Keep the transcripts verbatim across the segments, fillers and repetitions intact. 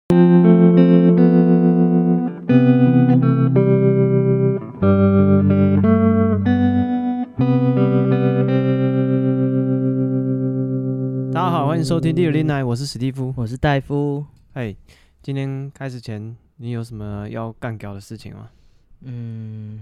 大家好，欢迎收听第二零奶，我是史蒂夫， 我是戴夫。 哎，今天开始前，你有什么要干掉的事情吗？ 嗯，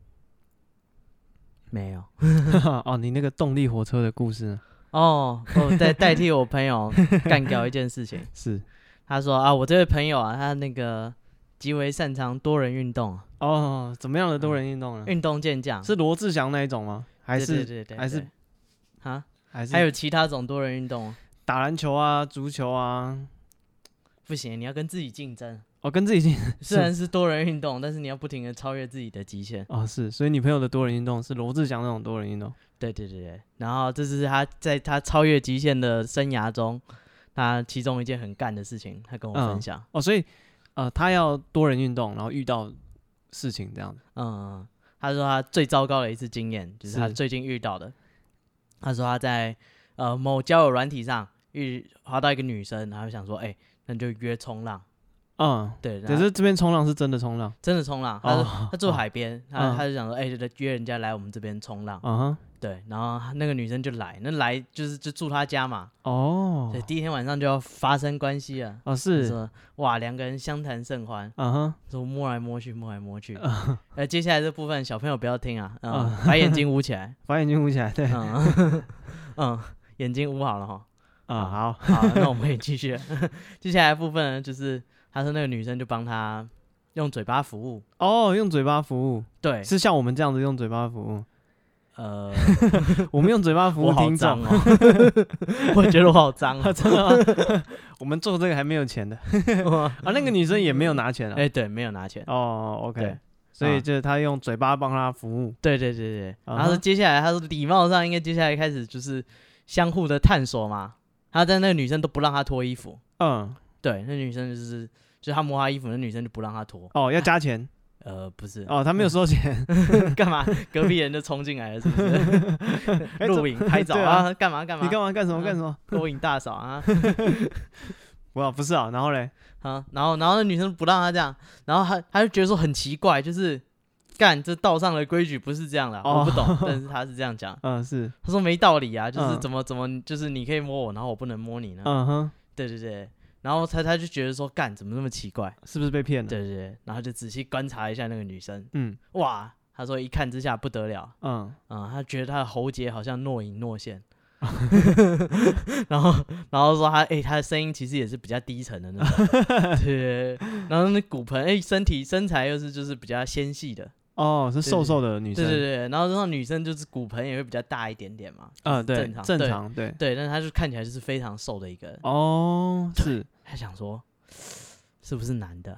没有。 哦，你那个动力火车的故事呢？ 哦，我代代替我朋友干掉一件事情。 是， 他说啊，我这位朋友啊，他那个极为擅长多人运动。 哦，怎么样的多人运动呢？ 运动健将是罗志祥那一种吗？还是对对对对对还是啊？ 还是还有其他种多人运动？ 打篮球啊、足球啊？ 不行，你要跟自己竞争。 哦，跟自己竞争。 虽然是多人运动，但是你要不停的超越自己的极限。 哦，是，所以你朋友的多人运动是罗志祥那种多人运动。 对对对对，然后这是他在他超越极限的生涯中，他其中一件很干的事情，他跟我分享。 嗯、哦，所以呃，他要多人运动，然后遇到事情这样子。 嗯，他说他最糟糕的一次经验就是他最近遇到的。他说他在呃某交友软体上遇滑到一个女生，然后想说，哎、欸，那就约冲浪。嗯，对， 可是这边冲浪是真的冲浪， 真的冲浪。他、哦、他住海边，哦、他、嗯、他就想说，哎、欸，就约人家来我们这边冲浪。嗯哼，对，然后那个女生就来，那来就是就住他家嘛。哦，对，第一天晚上就要发生关系了。哦，是，说哇，两个人相谈甚欢。嗯哼，说摸来摸去，摸来摸去。呃、嗯，接下来这部分小朋友不要听啊，嗯，嗯把眼睛捂起来， 把眼睛捂起来，对， 嗯, 嗯，眼睛捂好了哈。 啊、嗯，好， 好，那我们可以继续。接下来的部分呢，就是他说那个女生就帮他用嘴巴服务。 哦，用嘴巴服务， 对， 是像我们这样子用嘴巴服务。 呃， 我们用嘴巴服务听众哦，我觉得我好脏哦， 真的吗？我们做这个还没有钱的啊，那个女生也没有拿钱啊。 哎、欸，对，没有拿钱。 哦 ，OK， 所以就是他用嘴巴帮他服务。 对对对对，然后接下来他说礼貌上应该接下来开始就是相互的探索嘛。他在那个女生都不让他脱衣服。嗯，对，那女生就是就是他摸他衣服，那女生就不让他脱。 哦，要加钱。 呃，不是哦，他没有收钱， 干嘛？隔壁人就冲进来了，是不是？录影拍照啊，干嘛干嘛？ 你干嘛干什么干什么？ 录影大嫂啊！ 哇，不是啊，然后嘞， 啊，然后然后那女生不让他这样，然后他他就觉得说很奇怪，就是干这道上的规矩不是这样的，哦、我不懂，但是他是这样讲， 嗯，是， 他说没道理啊，就是怎么、嗯、怎么就是你可以摸我，然后我不能摸你呢？嗯哼，对对对。然后他他就觉得说，干怎么那么奇怪， 是不是被骗了？ 对对对，然后就仔细观察一下那个女生，嗯，哇，他说一看之下不得了，嗯嗯，他觉得他的喉结好像若隐若现，然后然后说他哎、欸，他的声音其实也是比较低沉的那种，对，然后那骨盆哎、欸，身体身材又是就是比较纤细的。 哦，是瘦瘦的女生， 对对对，然后那女生就是骨盆也会比较大一点点嘛，啊、呃， 对， 正常正常，对对，但是她就看起来就是非常瘦的一个人。 哦，是， 他想说是不是男的？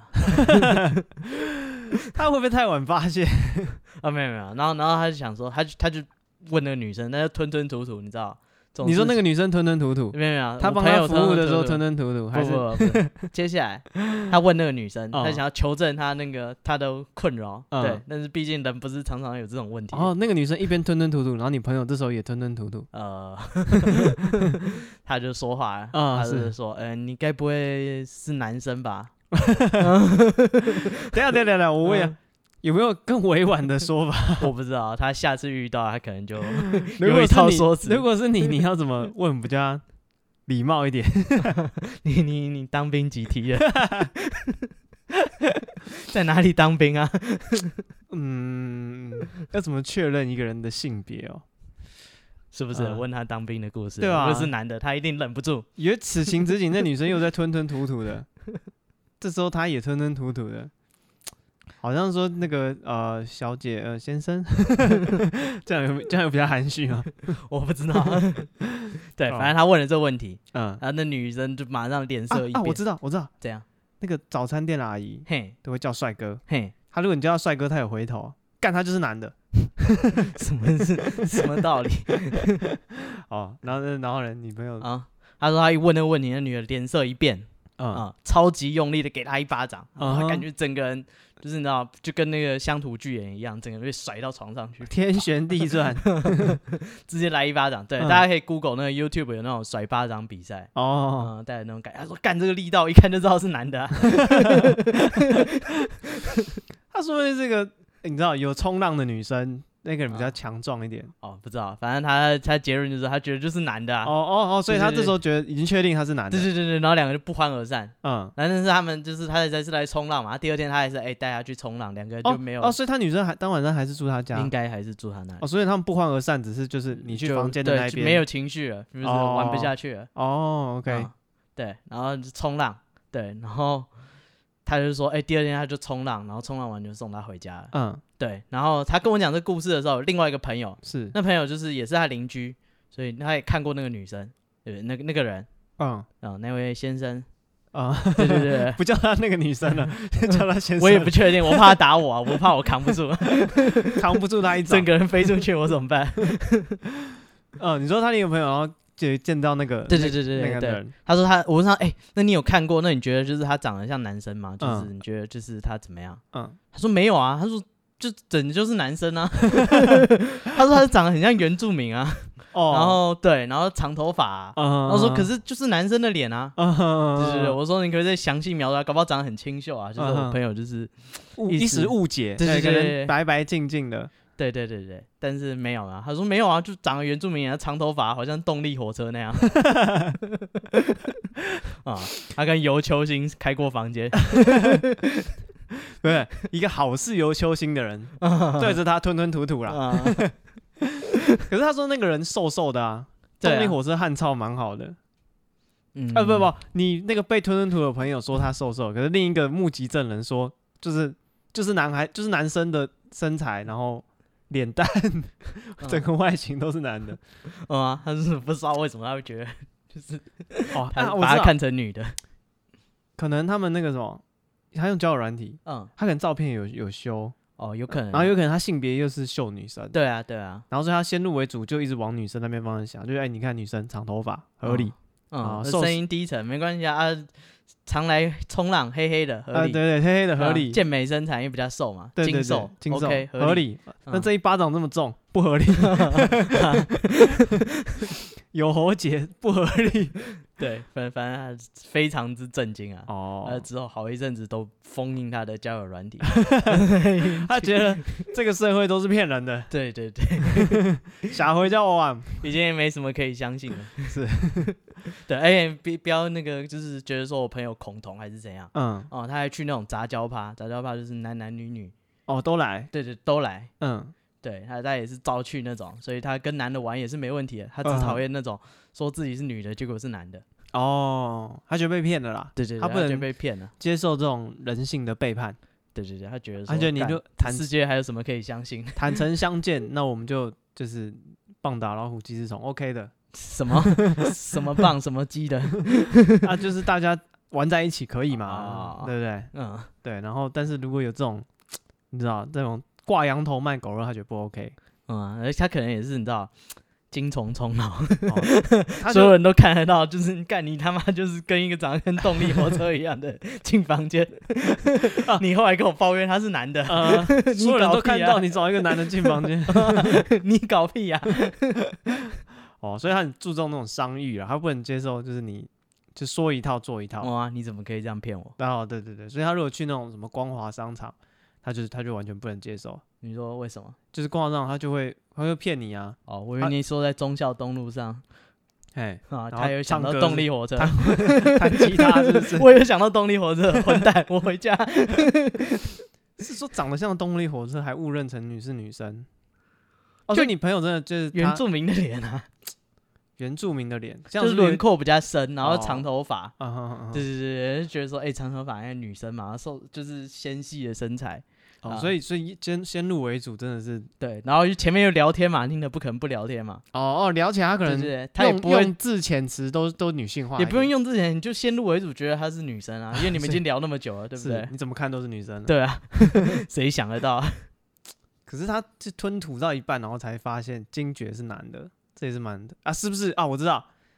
他会不会太晚发现？ 啊，没有没有，然后然后他就想说，他就他就问那个女生，那就吞吞吐吐，你知道？ 你说那个女生吞吞吐吐？ 没有没有， 他帮他服务的时候吞吞吐吐，还是不不不？接下来他问那个女生，他想要求证他那个他的困扰，对，但是毕竟人不是常常有这种问题。 哦，那个女生一边吞吞吐吐，然后你朋友这时候也吞吞吐吐， 呃，他就说话，他就是说，呃，你该不会是男生吧？ 等下等下等下，我问下。有没有更委婉的说法？ 我不知道，他下次遇到他可能就有一套说辞。 如果是你，你要怎么问比较礼貌一点？ 你你你当兵几梯了？在哪里当兵啊？ 嗯，要怎么确认一个人的性别哦？ 是不是、呃、问他当兵的故事？ 对啊， 如果是男的，他一定忍不住。 以为此情此景，那女生又在吞吞吐吐的，这时候他也吞吞吐吐的。好像说那个呃小姐呃先生，这样有这样有比较含蓄吗？ 我不知道。对，反正他问了这个问题，嗯，然后那女生就马上脸色一变。 啊啊，我知道，我知道， 怎样？ 那个早餐店的阿姨，嘿，都会叫帅哥，嘿，他如果你叫他帅哥，他有回头，干他就是男的。 什么是什么道理？ 哦，然后然后呢，女朋友啊， 他说他一问那个问题，那女的脸色一变。 嗯、呃，超级用力的给他一巴掌，然后感觉整个人就是你知道，就跟那个乡土剧演一样，整个被甩到床上去， 天旋地转， 直接来一巴掌。对，嗯、大家可以 Google 那个 YouTube 有那种甩巴掌比赛哦，嗯，带着那种感觉。他说干这个力道，一看就知道是男的、啊。 他说的这个，你知道有冲浪的女生。那个人比较强壮一点哦，不知道，反正他他结论就是他觉得就是男的啊， 哦哦哦，所以他这时候觉得已经确定他是男的， 对对对对，然后两个就不欢而散，嗯，但是他们就是他这次来冲浪嘛，第二天他还是哎带他去冲浪，两个人就没有哦, 哦，所以他女生还当晚上还是住他家， 应该还是住他那里， 哦，所以他们不欢而散，只是就是你去房间的那边没有情绪了，就是玩不下去了， 哦 ，OK，、嗯、 对，然后就冲浪，对，然后。他就说，哎、欸，第二天他就冲浪，然后冲浪完就送他回家了。嗯，对。然后他跟我讲这故事的时候，另外一个朋友是那朋友就是也是他邻居，所以他也看过那个女生，对，那个那个人，嗯，啊，那位先生，啊、嗯，对对对， 不叫他那个女生了，叫他先生。 我也不确定，我怕他打我啊，我怕我扛不住， 扛不住他一掌， 整个人飞出去，我怎么办？ 嗯，你说他那个朋友，然后。就见到那个， 对对对对对，那个人他说他，我问他，哎、欸，那你有看过？那你觉得就是他长得像男生吗？就是你觉得就是他怎么样？嗯，他说没有啊，他说就整就是男生啊。他说他是长得很像原住民啊，哦，然后对，然后长头发、啊，嗯、然后说可是就是男生的脸啊，嗯、对对对，我说你可不可以再详细描述，搞不好长得很清秀啊，就是我朋友就是一时误解， 对对对对，白白净净的。 对对对对，但是没有啊，他说没有啊，就长得原住民啊，长头发，好像动力火车那样。啊，他跟尤秋兴开过房间， 对，一个好事尤秋兴的人，对着他吞吞吐吐啦。可是他说那个人瘦瘦的啊，动力火车汉超蛮好的。嗯，啊不不，你那个被吞吞吐吐的朋友说他瘦瘦，可是另一个目击证人说，就是就是男孩就是男生的身材，然后。脸蛋，整个外形都是男的， 嗯啊，他是不知道为什么他会觉得就是哦，他把他看成女的， 可能他们那个什么，他用交友软体，嗯，他可能照片有有修， 哦，有可能， 然后有可能他性别又是秀女生， 对啊对啊， 然后所以他先入为主，就一直往女生那边方向想，就是哎，你看女生长头发合理， 嗯，声音低沉没关系啊。啊常来冲浪，黑黑的合理，啊、 对对，黑黑的合理。 健、啊、美身材，因为比较瘦嘛， 对对对精瘦， 精瘦 ，OK， 合理。那、嗯、这一巴掌这么重，不合理。有喉结，不合理。 对，反反正他非常之震惊啊！哦，呃，之后好一阵子都封印他的交友软体， 他觉得这个社会都是骗人的。 对对对， 下回叫我玩， 已经没什么可以相信了。 是， 对，而且不不要那个，就是觉得说我朋友恐同还是怎样，嗯，哦，他还去那种杂交趴，杂交趴就是男男女女， 哦，都来， 对对，都来，嗯。对他，他也是招去那种，所以他跟男的玩也是没问题的。他只讨厌那种说自己是女的，结果是男的。 哦，他觉得被骗了啦。 对对对， 他不能被骗了， 接受这种人性的背叛。 对对对，他觉得说， 他觉得你就谈世界还有什么可以相信？ 坦诚相见，那我们就就是棒打老虎，鸡吃虫 ，OK 的。 什么什么棒什么鸡的？ 啊，就是大家玩在一起可以嘛，哦、对不对？嗯，对。然后，但是如果有这种，你知道这种。挂羊头卖狗肉，他觉得不 OK。 嗯，而且他可能也是你知道，精虫充脑，哦、所有人都看得到，就是干你他妈就是跟一个长得跟动力火车一样的进房间。啊、你后来跟我抱怨他是男的，呃、 所有人都看到你找一个男的进房间， 你搞屁呀、 啊！哦，所以他很注重那种商誉啊，他不能接受就是你就说一套做一套。 哇、哦啊，你怎么可以这样骗我？ 哦，对对对，所以他如果去那种什么光华商场。他就是，他就完全不能接受。 你说为什么？ 就是逛到他就会，他会骗你啊。 哦，我以为你说在忠孝东路上， 哎啊，他有想到动力火车， 弹吉他是不是？ 我有想到动力火车，混蛋，我回家。 是说长得像动力火车，还误认成女是女生。哦，所以你朋友真的就是原住民的脸啊。 原住民的脸， 就是轮廓比较深，然后长头发，哦、对对对，就觉得说，哎、欸，长头发因为女生嘛，瘦就是纤细的身材， 哦，啊、所以所以先先入为主，真的是对，然后前面又聊天嘛，听的不可能不聊天嘛， 哦哦，聊起来他可能对对对他也不会用字遣词都都女性化， 也不用用字遣，你就先入为主，觉得她是女生啊，因为你们已经聊那么久了，对不对？ 你怎么看都是女生、啊， 对啊，谁想得到？ 可是他就吞吐到一半，然后才发现惊觉是男的。这也是蛮的啊，是不是啊？我知道，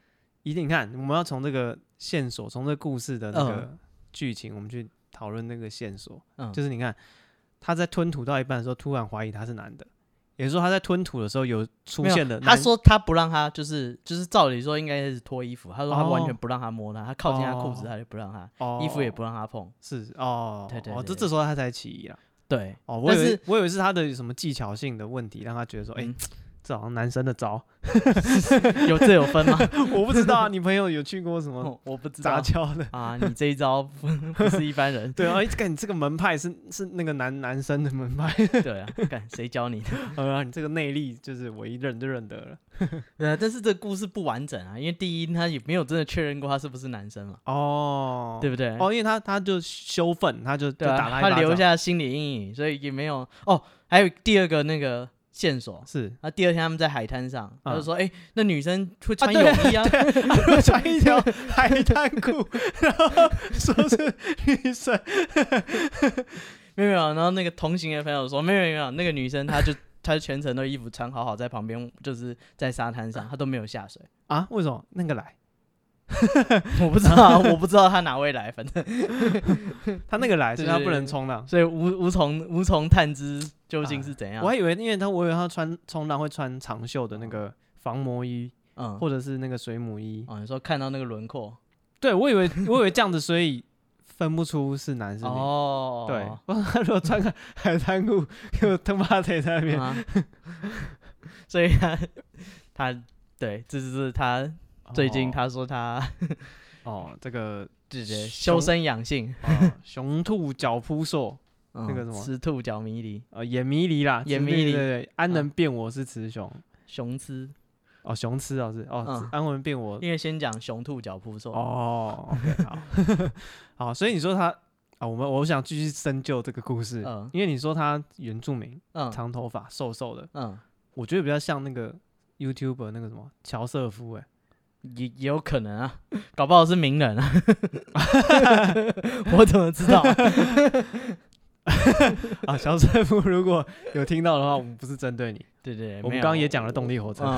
一定你看，我们要从这个线索，从这个故事的那个剧情，嗯、我们去讨论那个线索。嗯，就是你看他在吞吐到一半的时候，突然怀疑他是男的，也就是说他在吞吐的时候有出现的。 他说他不让他，就是就是照理说应该是脱衣服，他说他完全不让他摸他，他靠近他裤子他就不让他，哦、衣服也不让他碰。 是哦， 对 对, 对， 哦，这这时候他才起疑了。 对， 哦，我以为我以为是他的什么技巧性的问题，让他觉得说，哎、嗯。这好像男生的招， 有这有分吗？ 我不知道啊，你朋友有去过什么？ 我不知道杂交的啊，你这一招不, 不是一般人。 对啊，干你这个门派是是那个男男生的门派。 对啊，干谁教你的？ 啊，你这个内力就是我一认就认得了。 对啊，但是这个故事不完整啊，因为第一他也没有真的确认过他是不是男生嘛。哦，对不对？ 哦，因为他他就羞愤，他就就打他一巴掌，他留下心理阴影，所以也没有。哦，还有第二个那个。线索是， 啊，第二天他们在海滩上，嗯、他就说：“哎、欸，那女生会穿泳衣啊， 会穿一条海滩裤，然后说是女生。 没有没有，然后那个同行的朋友说：没有没有，那个女生她就她就全程的衣服穿好好，在旁边就是在沙滩上，她都没有下水啊？为什么那个来？ 我不知道，我不知道他哪位来，反正他那个来，所以他不能冲浪， 所以无无从无从探知究竟是怎样。 啊、我还以为，因为他我以为他穿冲浪会穿长袖的那个防磨衣，嗯，或者是那个水母衣。 哦，你说看到那个轮廓？ 对，我以为我以为这样子，所以分不出是男是女。哦，对，他如果穿个海滩裤，又他妈的在那边，啊、 所以他他对，这就是他。最近他说他哦，这个对对修身养性， 哦、雄兔脚扑朔，嗯、那个什么雌兔脚迷离， 呃，眼迷离啦， 眼迷离， 对对对，安能辨我是雌雄？ 雄雌哦，雄雌哦是哦，嗯、安能辨我？ 因为先讲雄兔脚扑朔哦 ，OK 好，好，所以你说他啊，我们我想继续深究这个故事，嗯、因为你说他原住民，嗯、长头发，瘦瘦的，嗯，我觉得比较像那个 YouTuber 那个什么乔瑟夫、欸，哎。 也也有可能啊，搞不好是名人啊，我怎么知道？ 啊，小师傅如果有听到的话，我们不是针对你， 对 对, 对， 我们刚刚也讲了动力火车，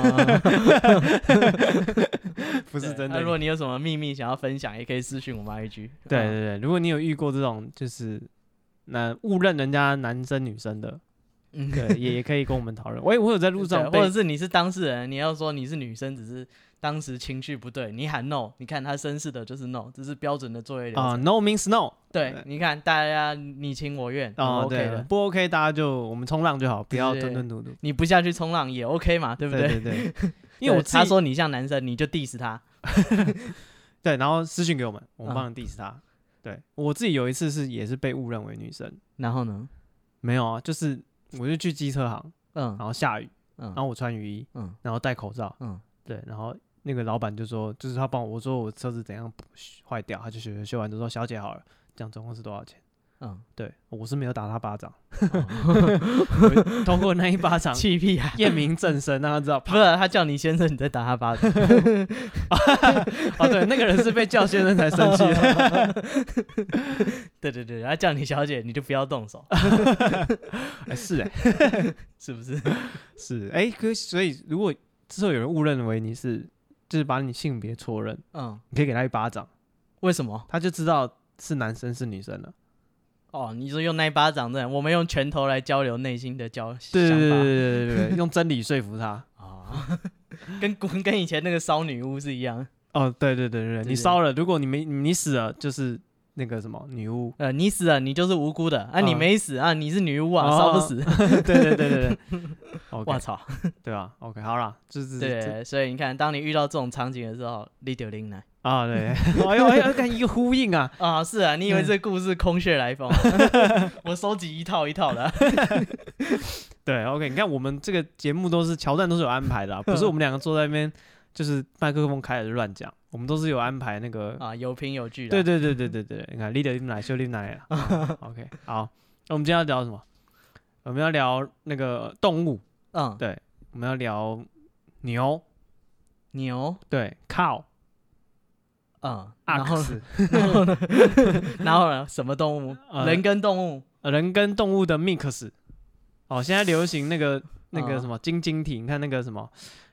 不是针对你。 如果你有什么秘密想要分享，也可以私讯我们 I G。 对对对，如果你有遇过这种就是那误认人家男生女生的。嗯，对，也也可以跟我们讨论。我我有在路上， 或者是你是当事人，你要说你是女生，只是当时情绪不对，你喊 no， 你看他绅士的就是 no， 这是标准的作业流程啊、 uh, ，no means no。 对，你看大家你情我愿，哦、OK 的， 不 OK 大家就我们冲浪就好，不要吞吞吐吐。 你不下去冲浪也 OK 嘛，对不对？ 对对对，因为我他说你像男生，你就 diss 他， 对，然后私讯给我们，我们帮你 diss 他。嗯、对我自己有一次是也是被误认为女生， 然后呢？ 没有啊，就是。我就去机车行，嗯，然后下雨，嗯，然后我穿雨衣，嗯，然后戴口罩，嗯，对，然后那个老板就说，就是他帮我，我说我车子怎样坏掉，他就修修完就说小姐好了，这样总共是多少钱？嗯，对，我是没有打他巴掌，我通过那一巴掌， 气屁啊， 验明正身，让他知道， 不是他叫你先生，你再打他巴掌。 哦，对，那个人是被叫先生才生气的。 对对对，他叫你小姐，你就不要动手。 欸、是哎、欸， 是不是？ 是哎、欸，所以如果之后有人误认为你是，就是把你性别错认，嗯，你可以给他一巴掌。 为什么？ 他就知道是男生是女生了。 哦，你说用那一巴掌这样，我们用拳头来交流内心的交对想法， 对对对对对，用真理说服他。 哦，跟跟以前那个烧女巫是一样。 哦，对对对对对，你烧了，如果你没你死了，就是那个什么女巫。 呃，你死了，你就是无辜的啊，你没死啊，你是女巫啊，烧、哦、不死。 对对对对对。 我操， 对吧 ？OK， 好啦，就是对，所以你看，当你遇到这种场景的时候，你就拎来。 啊，对，哎呦哎呦，看一个呼应啊！ 啊，是啊，你以为这故事空穴来风、啊？我收集一套一套的、啊。 对 ，OK， 你看我们这个节目都是桥段都是有安排的、啊，不是我们两个坐在那边就是麦克风开了就乱讲，我们都是有安排那个啊，有凭有据的。 对对对对对对，你看 leader 拎来，秀拎来了、啊。OK， 好，那我们今天要聊什么？我们要聊那个动物。嗯，对，我们要聊牛。 牛， 对 ，cow。 嗯，然后然后呢？然后呢？什么动物？呃、人跟动物、 呃，人跟动物的 mix。哦，现在流行那个那个什么晶晶体，你看那个什么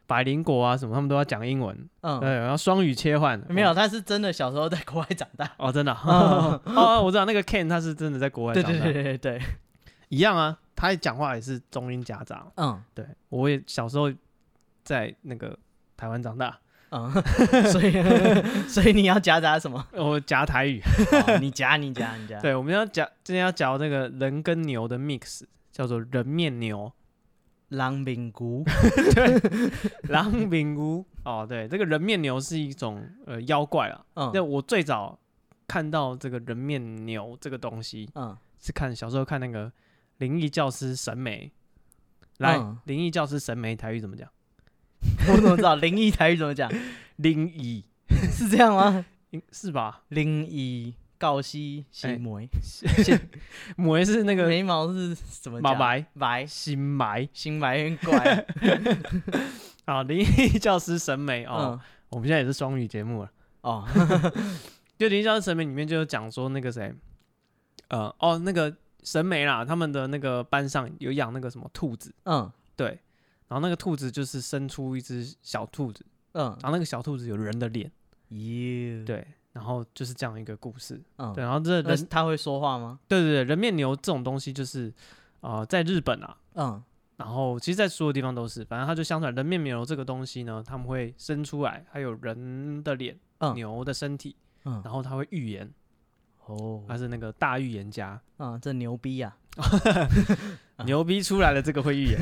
百灵果啊什么，他们都要讲英文。嗯，对，然后双语切换。 没有，他是真的小时候在国外长大。 哦，真的、啊。哦，我知道那个 Ken 他是真的在国外长大。 对对对对对， 一样啊，他讲话也是中英夹杂。嗯，对，我也小时候在那个台湾长大。 嗯，所以所以你要夹杂什么？ 我夹台语。 哦、你夹你夹你夹。 对，我们要夹今天要嚼那个人跟牛的 mix， 叫做人面牛。 狼饼菇。 对，狼饼菇。哦，对，这个人面牛是一种呃妖怪啊。嗯。那我最早看到这个人面牛这个东西，嗯，是看小时候看那个灵异教师神眉。来，嗯、灵异教师神眉台语怎么讲？ 我怎么知道灵异台语怎么讲？ 灵异是这样吗？ 是吧？ 灵异告西心眉， 眉是那个眉毛是怎么讲？ 白白心埋心埋很怪。 好，灵异教师神眉哦、嗯，我们现在也是双语节目了哦。就灵异教师神眉里面就有讲说那个谁，呃哦那个神眉啦，他们的那个班上有养那个什么兔子，嗯，对。然后那个兔子就是生出一只小兔子，嗯，然后那个小兔子有人的脸，耶，对，然后就是这样一个故事，嗯，对，然后这人他会说话吗？ 对对对，人面牛这种东西就是，呃，在日本啊，嗯，然后其实，在所有地方都是，反正他就相传人面牛这个东西呢，他们会生出来，还有人的脸，嗯，牛的身体，嗯，然后他会预言，哦，他是那个大预言家， 嗯，这牛逼啊！ 牛逼出来了，这个会预言。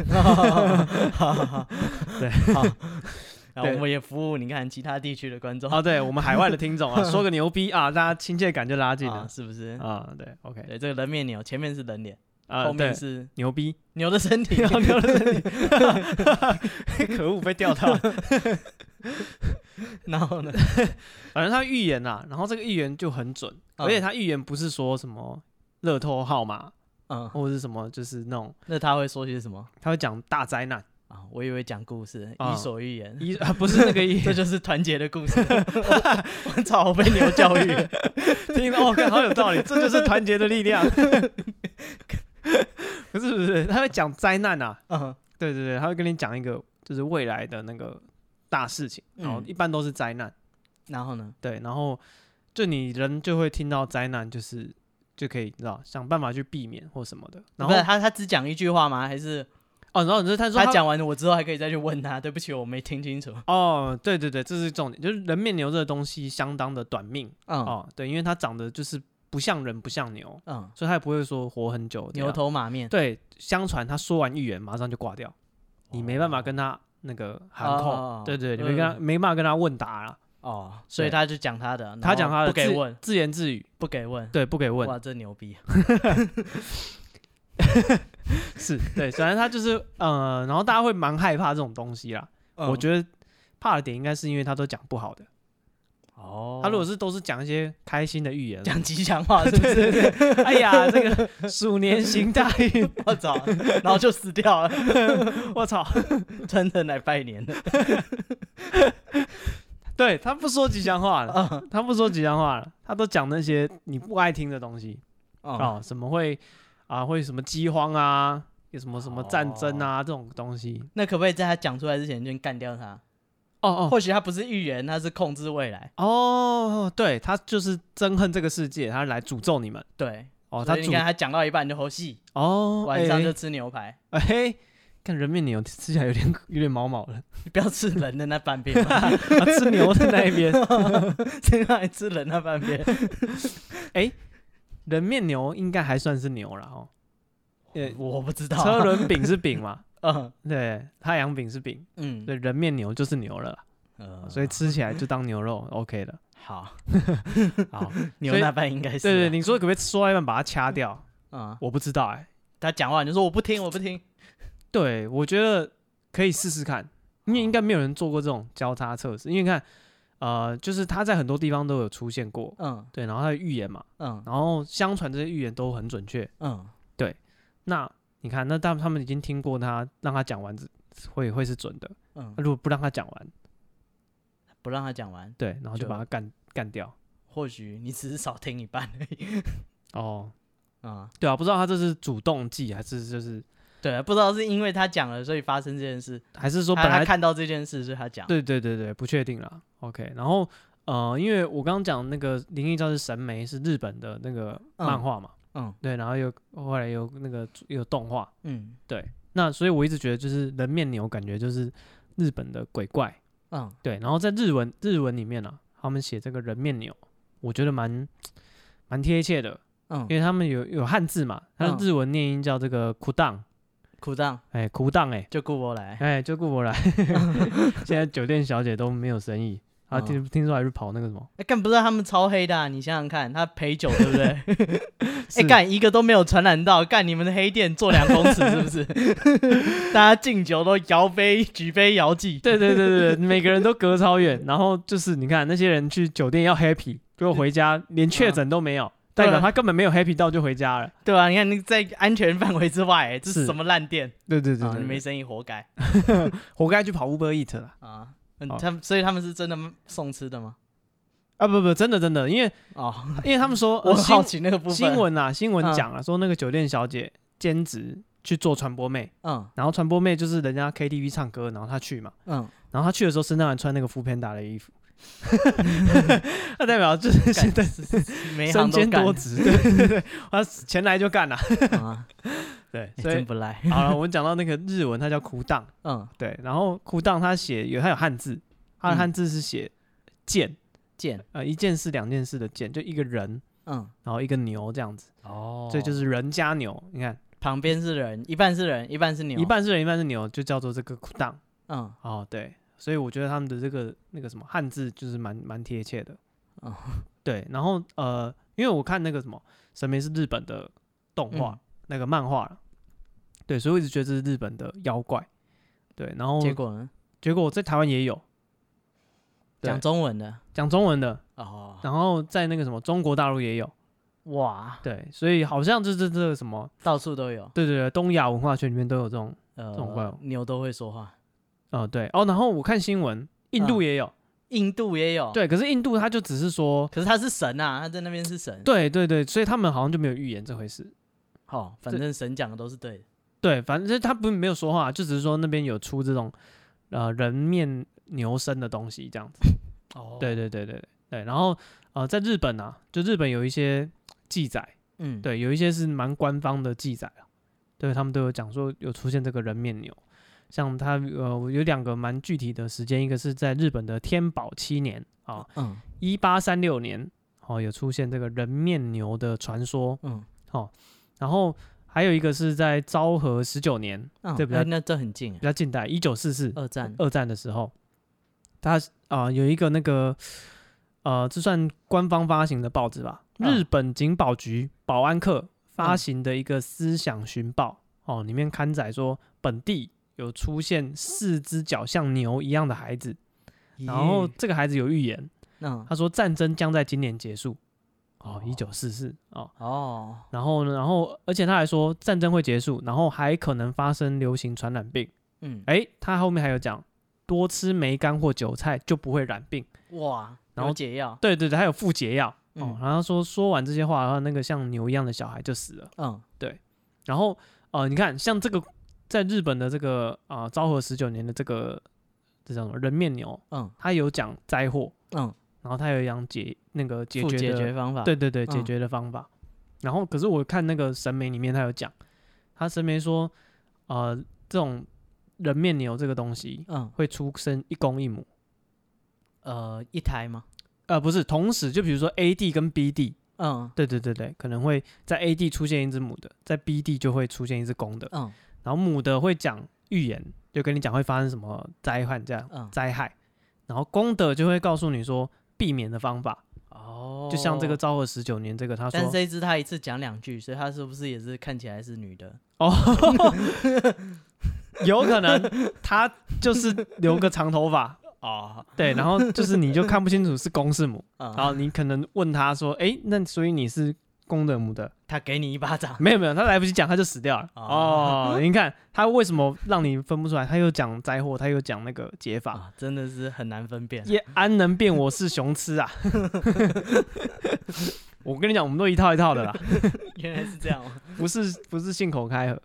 对，好， 然后我们也服务你看其他地区的观众。 哦，对我们海外的听众啊，说个牛逼啊，大家亲切感就拉近了， 啊、是不是？ 啊，对 ，OK， 对，这个人面牛前面是人脸，啊、后面是牛逼， 牛的身体， 牛的身体。可恶，被钓到了。 然后呢？ 反正他预言啊，然后这个预言就很准，而且他预言不是说什么乐透号码。嗯，或者是什么，就是那种， 那他会说些什么？ 他会讲大灾难啊，我以为讲故事，伊索寓言， 伊啊不是那个伊， 这就是团结的故事。我操，我被牛教育， 听哦，看好有道理，这就是团结的力量。不是不是，他会讲灾难啊，嗯，对对对，他会跟你讲一个就是未来的那个大事情，然后一般都是灾难。 然后呢？ 对，然后就你人就会听到灾难，就是。就可以，你知道，想办法去避免或什么的。然后不是他，他只讲一句话吗？还是哦，然后你是他说他讲完了，我之后还可以再去问他。对不起，我没听清楚。 哦，对对对，这是重点，就是人面牛这个东西相当的短命。嗯，哦，对，因为它长得就是不像人，不像牛，嗯，所以他也不会说活很久。 牛头马面。 对，相传他说完预言，马上就挂掉，你没办法跟他那个含扣。哦、对对，你没跟他、嗯、没办法跟他问答了。 哦，所以他就讲他的， 他讲他的， 不给问， 自言自语， 不给问， 对，不给问。 哇，这牛逼！ 是，对，反正他就是呃，然后大家会蛮害怕这种东西啦。嗯、我觉得怕的点应该是因为他都讲不好的。哦，他如果是都是讲一些开心的预言， 讲吉祥话，是不是？ 对对对，哎呀，这个鼠年行大运， 我操，然后就死掉了， 我操， 真的来拜年了。 对他不说吉祥话了，嗯、他不说吉祥话了，他都讲那些你不爱听的东西。哦，哦什么会啊？会什么饥荒啊？有什么什么战争啊？哦、这种东西。 那可不可以在他讲出来之前就干掉他？哦哦，或许他不是预言，他是控制未来。 哦，对，他就是憎恨这个世界，他来诅咒你们。 对，哦，他你看他讲到一半就猴戏，哦，晚上就吃牛排。 哎、欸。欸看人面牛吃起来有点有点毛毛的， 你不要吃人的那半边嘛， 啊、吃牛的那一边， 现在还吃人那半边。 哎、欸，人面牛应该还算是牛了哦。 我不知道， 车轮饼是饼嘛？嗯，对，太阳饼是饼，嗯，对，人面牛就是牛了，呃，所以吃起来就当牛肉 ，OK 的。 好， 好， 牛那半应该是、啊。 对对，你说可不可以说一半把它掐掉？嗯，我不知道哎、欸。 他讲话你就说我不听，我不听。 对，我觉得可以试试看，因为应该没有人做过这种交叉测试。因为你看，呃，就是他在很多地方都有出现过，嗯，对，然后他的预言嘛，嗯，然后相传这些预言都很准确，嗯，对。那你看，那他们他们已经听过他让他讲完，会会是准的，嗯。如果不让他讲完， 不让他讲完， 对，然后就把他干干掉。 或许你只是少听一半而已。 哦，啊、嗯，对啊，不知道他这是主动记还是就是。 对，不知道是因为他讲了所以发生这件事， 还是说本来他看到这件事所以他讲。 对对对对，不确定啦。OK， 然后呃，因为我刚刚讲那个《灵异教室》神眉是日本的那个漫画嘛，嗯，嗯对，然后有后来有那个有动画，嗯，对，那所以我一直觉得就是人面牛，感觉就是日本的鬼怪，嗯，对，然后在日文日文里面呢、啊，他们写这个人面牛，我觉得蛮蛮贴切的。嗯，因为他们有有汉字嘛，它的日文念音叫这个苦当， 苦当， 哎，苦当，哎， 就顾我来， 哎，就顾我来。现在酒店小姐都没有生意，啊，听、嗯、听说还是跑那个什么， 哎，干不知道他们超黑的、啊，你想想看，他陪酒对不对？哎，干一个都没有传染到，干你们的黑店做两公尺是不是？大家敬酒都摇杯举杯摇祭， 对对对对，每个人都隔超远，然后就是你看那些人去酒店要 happy， 结果回家连确诊都没有。嗯代表他根本没有 happy 到就回家了， 对啊，你看你在安全范围之外、欸，这是什么烂店？ 对对 对, 对, 对，啊、你没生意活该， 活该去跑 Uber Eat 了啊！嗯，他们所以他们是真的送吃的吗？ 啊不不，真的真的，因为哦，因为他们说， 我很好奇那个部分新闻啊，新闻讲了、嗯、说那个酒店小姐兼职去做传播妹，嗯，然后传播妹就是人家 K T V 唱歌，然后她去嘛，嗯，然后她去的时候身上还穿那个Foodpanda的衣服。那代表就是现在身兼多职，对对对，他钱来就干了，啊、对，所以真不赖。 好了，我们讲到那个日文，它叫苦当，嗯，对，然后苦当它写有它有汉字，它的汉字是写件件， 呃，一件事两件事的件，就一个人，嗯，然后一个牛这样子，哦，所以就是人加牛，你看旁边是人，一半是人，一半是牛， 一半是人，一半是牛，就叫做这个苦当，嗯，哦，对。所以我觉得他们的这个那个什么汉字就是蛮蛮贴切的，哦，对。然后呃，因为我看那个什么神明是日本的动画、嗯、那个漫画，对，所以我一直觉得这是日本的妖怪，对。然后结果呢？ 结果在台湾也有讲中文的， 讲中文的哦。然后在那个什么中国大陆也有， 哇， 对。所以好像就是这个什么到处都有， 对对对，东亚文化圈里面都有这种、呃、这种怪物， 牛都会说话。 哦，对哦，然后我看新闻，印度也有、嗯， 印度也有， 对，可是印度他就只是说， 可是他是神啊，他在那边是神， 对对对，所以他们好像就没有预言这回事。 好、哦，反正神讲的都是对的， 对，反正他不没有说话，就只是说那边有出这种呃人面牛身的东西这样子。哦，对对对对对，然后呃，在日本啊，就日本有一些记载，嗯，对，有一些是蛮官方的记载啊，对他们都有讲说有出现这个人面牛。像他呃有两个蛮具体的时间，一个是在日本的天宝七年啊，嗯，一八三六年，哦，有出现这个人面牛的传说，嗯，哦，然后还有一个是在昭和十九年， 嗯，这比较、欸、那这很近， 比较近代，一九四四， 二战， 二战的时候，他啊、呃、有一个那个呃，这算官方发行的报纸吧，嗯、日本警保局保安课发行的一个思想寻报，哦，里面刊载说本地有出现四只脚像牛一样的孩子，然后这个孩子有预言，嗯、他说战争将在今年结束，哦，一九四四，哦，哦，然后呢，然后而且他还说战争会结束，然后还可能发生流行传染病，嗯，哎，他后面还有讲多吃梅干或韭菜就不会染病， 哇，然后解药， 对对对，还有附解药，嗯、哦，然后说说完这些话，然后那个像牛一样的小孩就死了，嗯，对，然后呃，你看像这个。在日本的这个啊、呃、昭和十九年的这个这叫什么人面牛，嗯，他有讲灾祸，嗯，然后他有讲解那个解决的解决方法， 对对对，解决的方法。嗯、然后可是我看那个神媒里面他有讲，他神媒说，呃，这种人面牛这个东西，嗯，会出生一公一母， 呃，一胎吗？ 呃，不是，同时就比如说 A 地跟 B 地。嗯，对对对对，可能会在 A 地出现一只母的，在 B 地就会出现一只公的，嗯。然后母的会讲预言，就跟你讲会发生什么灾患这样、嗯、灾害，然后公的就会告诉你说避免的方法。哦，就像这个昭和十九年这个他说， 但是这一只他一次讲两句，所以他是不是也是看起来是女的？哦， 有可能他就是留个长头发。哦，对，然后就是你就看不清楚是公是母，嗯、然后你可能问他说，哎，那所以你是公的母的？ 他给你一巴掌， 没有没有，他来不及讲他就死掉了。哦，哦你看他为什么让你分不出来？他又讲灾祸，他又讲那个解法、啊， 真的是很难分辨。 也安能辨我是雄狮啊！我跟你讲，我们都一套一套的啦。 原来是这样吗？ 不是不是信口开河。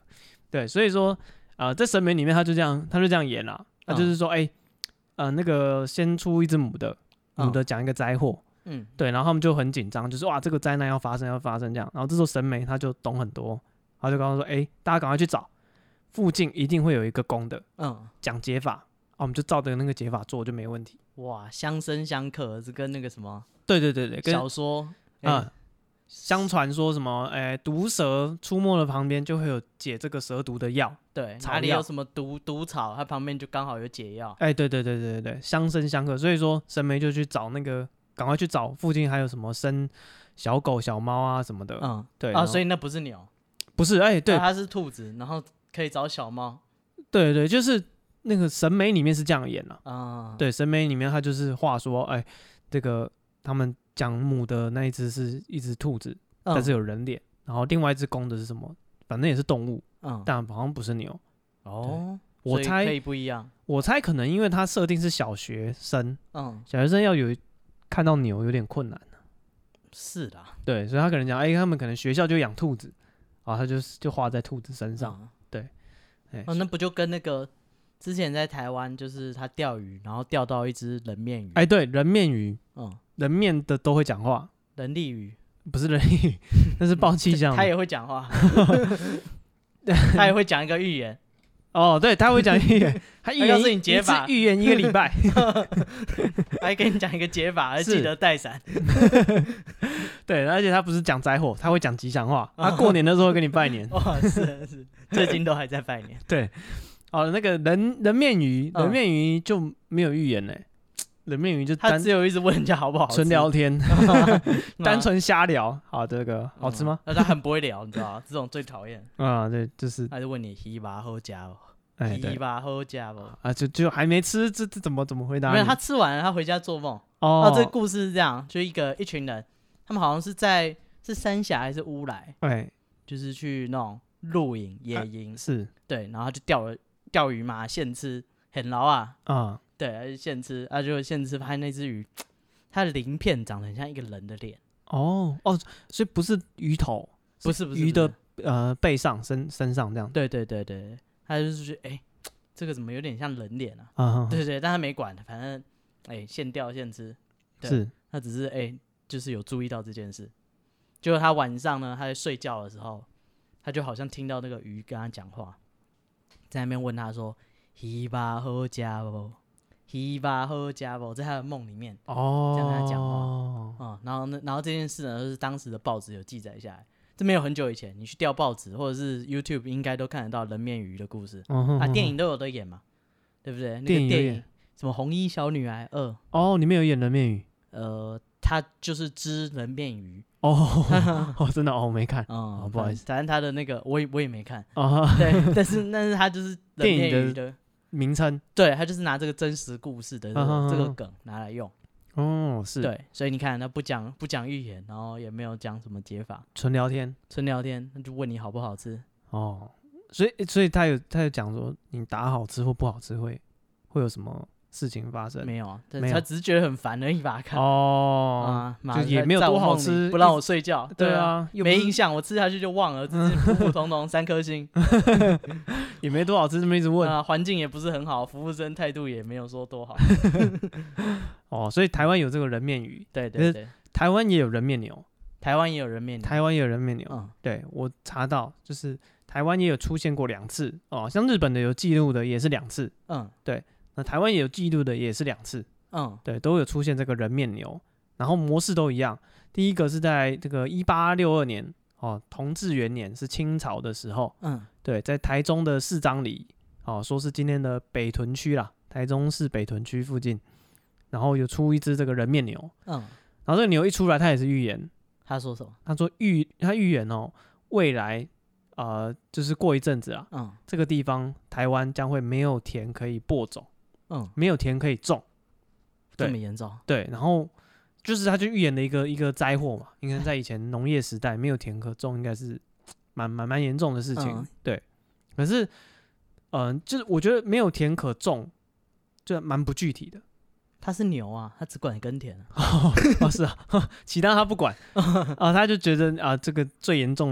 对，所以说呃在神明里面他就这样他就这样演啦，他就是说哎、欸、呃那个先出一只母的，母的讲一个灾祸。嗯，对，然后他们就很紧张，就是哇，这个灾难要发生，要发生这样。然后这时候神明他就懂很多，他就告诉说，哎、欸，大家赶快去找，附近一定会有一个公的，嗯，讲解法，啊，我们就照着那个解法做就没问题。 哇，相生相克，是跟那个什么？ 对对对对，跟小说啊、嗯，相传说什么，哎、欸，毒蛇出没的旁边就会有解这个蛇毒的药， 对，哪里有什么毒毒草，它旁边就刚好有解药。 哎、欸，对对对对对对，相生相克，所以说神明就去找那个。赶快去找附近还有什么生小狗、小猫啊什么的。嗯，对啊，所以那不是牛， 不是，哎、欸，对， 它是兔子，然后可以找小猫。 对对，就是那个神媒里面是这样演了啊。对，神媒里面他就是话说，哎、欸，这个他们讲母的那一只是一只兔子，嗯、但是有人脸，然后另外一只公的是什么？反正也是动物，嗯，但好像不是牛。 哦， 我猜可以不一样。 我猜可能因为他设定是小学生，嗯，小学生要有。看到牛有点困难、啊、 是啦， 对，所以他可能讲，哎、欸，他们可能学校就养兔子，啊，他就就画在兔子身上，嗯、对， 欸、哦，那不就跟那个之前在台湾，就是他钓鱼，然后钓到一只人面鱼， 哎、欸，对，人面鱼，嗯，人面的都会讲话， 人力鱼不是人力鱼，那是爆气象， 他也会讲话，他也会讲一个寓言。 哦，对，他会讲预言，他预言告诉你解法， 预言一个礼拜， 还跟你讲一个解法，还记得带伞。 对，而且他不是讲灾祸，他会讲吉祥话。他过年的时候会跟你拜年。 哇，是是，最近都还在拜年。 对，哦，那个人人面鱼，人面鱼就没有预言嘞，人面鱼就他只有一直问人家好不好吃， 纯聊天，单纯瞎聊。好，这个好吃吗？ 那他很不会聊，你知道吗？这种最讨厌。 啊，对，就是。 他就问你鱼吧好吃不？ 哎， 鱼吧好吃不？ 啊，就就还没吃，这这怎么怎么回答？ 没有，他吃完了，他回家做梦。哦，这个故事是这样，就一个一群人，他们好像是在是三峡还是乌来，哎，就是去那种露营野营，是对，然后他就钓了钓鱼嘛，现吃，很牢啊，啊，对，现吃，啊，就现吃，发现那只鱼，它的鳞片长得很像一个人的脸。哦哦，所以不是鱼头， 不是不是鱼的呃背上身身上这样。 对对对对。他就是觉得，哎、欸，这个怎么有点像人脸啊？啊对对，但他没管，反正，哎、欸，现钓现吃。是，他只是哎、欸，就是有注意到这件事。结果他晚上呢，他在睡觉的时候，他就好像听到那个鱼跟他讲话，在那边问他说：“鱼吧好吃不？鱼吧好吃不？”在他的梦里面，哦，这样跟他讲话。哦、嗯，然后呢，然后这件事呢，就是当时的报纸有记载下来。这没有很久以前，你去调报纸或者是 YouTube 应该都看得到人面鱼的故事、哦、呵呵啊，电影都有的演嘛，对不对？那个电影, 电影什么红衣小女孩二哦，里面有演人面鱼， 呃，他就是只人面鱼哦哦，真的哦，我没看， 嗯， 哦、不好意思， 反正他的那个我也我也没看哦，对，但是但是他就是人面鱼的名称， 对他就是拿这个真实故事的、这个哦、这个梗拿来用。 哦，是对，所以你看，他不讲不讲预言，然后也没有讲什么解法， 纯聊天， 纯聊天，那就问你好不好吃哦。所以所以他有他有讲说，你打好吃或不好吃会会有什么事情发生？ 没有啊，他只是觉得很烦而已吧。看哦，啊、就也没有多好吃， 不让我睡觉。 对啊， 没印象，我吃下去就忘了，只是普普通通三颗星， 也没多好吃，这么一直问啊，环境也不是很好，服务生态度也没有说多好。 哦，所以台湾有这个人面鱼， 对对对， 台湾也有人面牛， 台湾也有人面牛， 台湾也有人面牛。嗯，对我查到，就是台湾也有出现过两次哦，像日本的有记录的也是两次，嗯，对，那台湾也有记录的也是两次，嗯，对，都有出现这个人面牛，然后模式都一样。第一个是在这个一八六二年哦，同治元年是清朝的时候，嗯，对，在台中的四张里，哦，说是今天的北屯区啦，台中市北屯区附近。然后有出一只这个人面牛，嗯，然后这个牛一出来，他也是预言， 他说什么？ 他说预他预言哦，未来呃，就是过一阵子啊，嗯，这个地方台湾将会没有田可以播种，嗯，没有田可以种， 这么严重？ 对，然后就是他就预言了一个一个灾祸嘛，应该在以前农业时代没有田可种，应该是蛮蛮蛮严重的事情，嗯、对。可是，嗯、呃，就是我觉得没有田可种，就蛮不具体的。 他是牛啊，他只管耕田、 啊、哦, 哦是啊，其他他不管啊，他就觉得啊，这个最严重的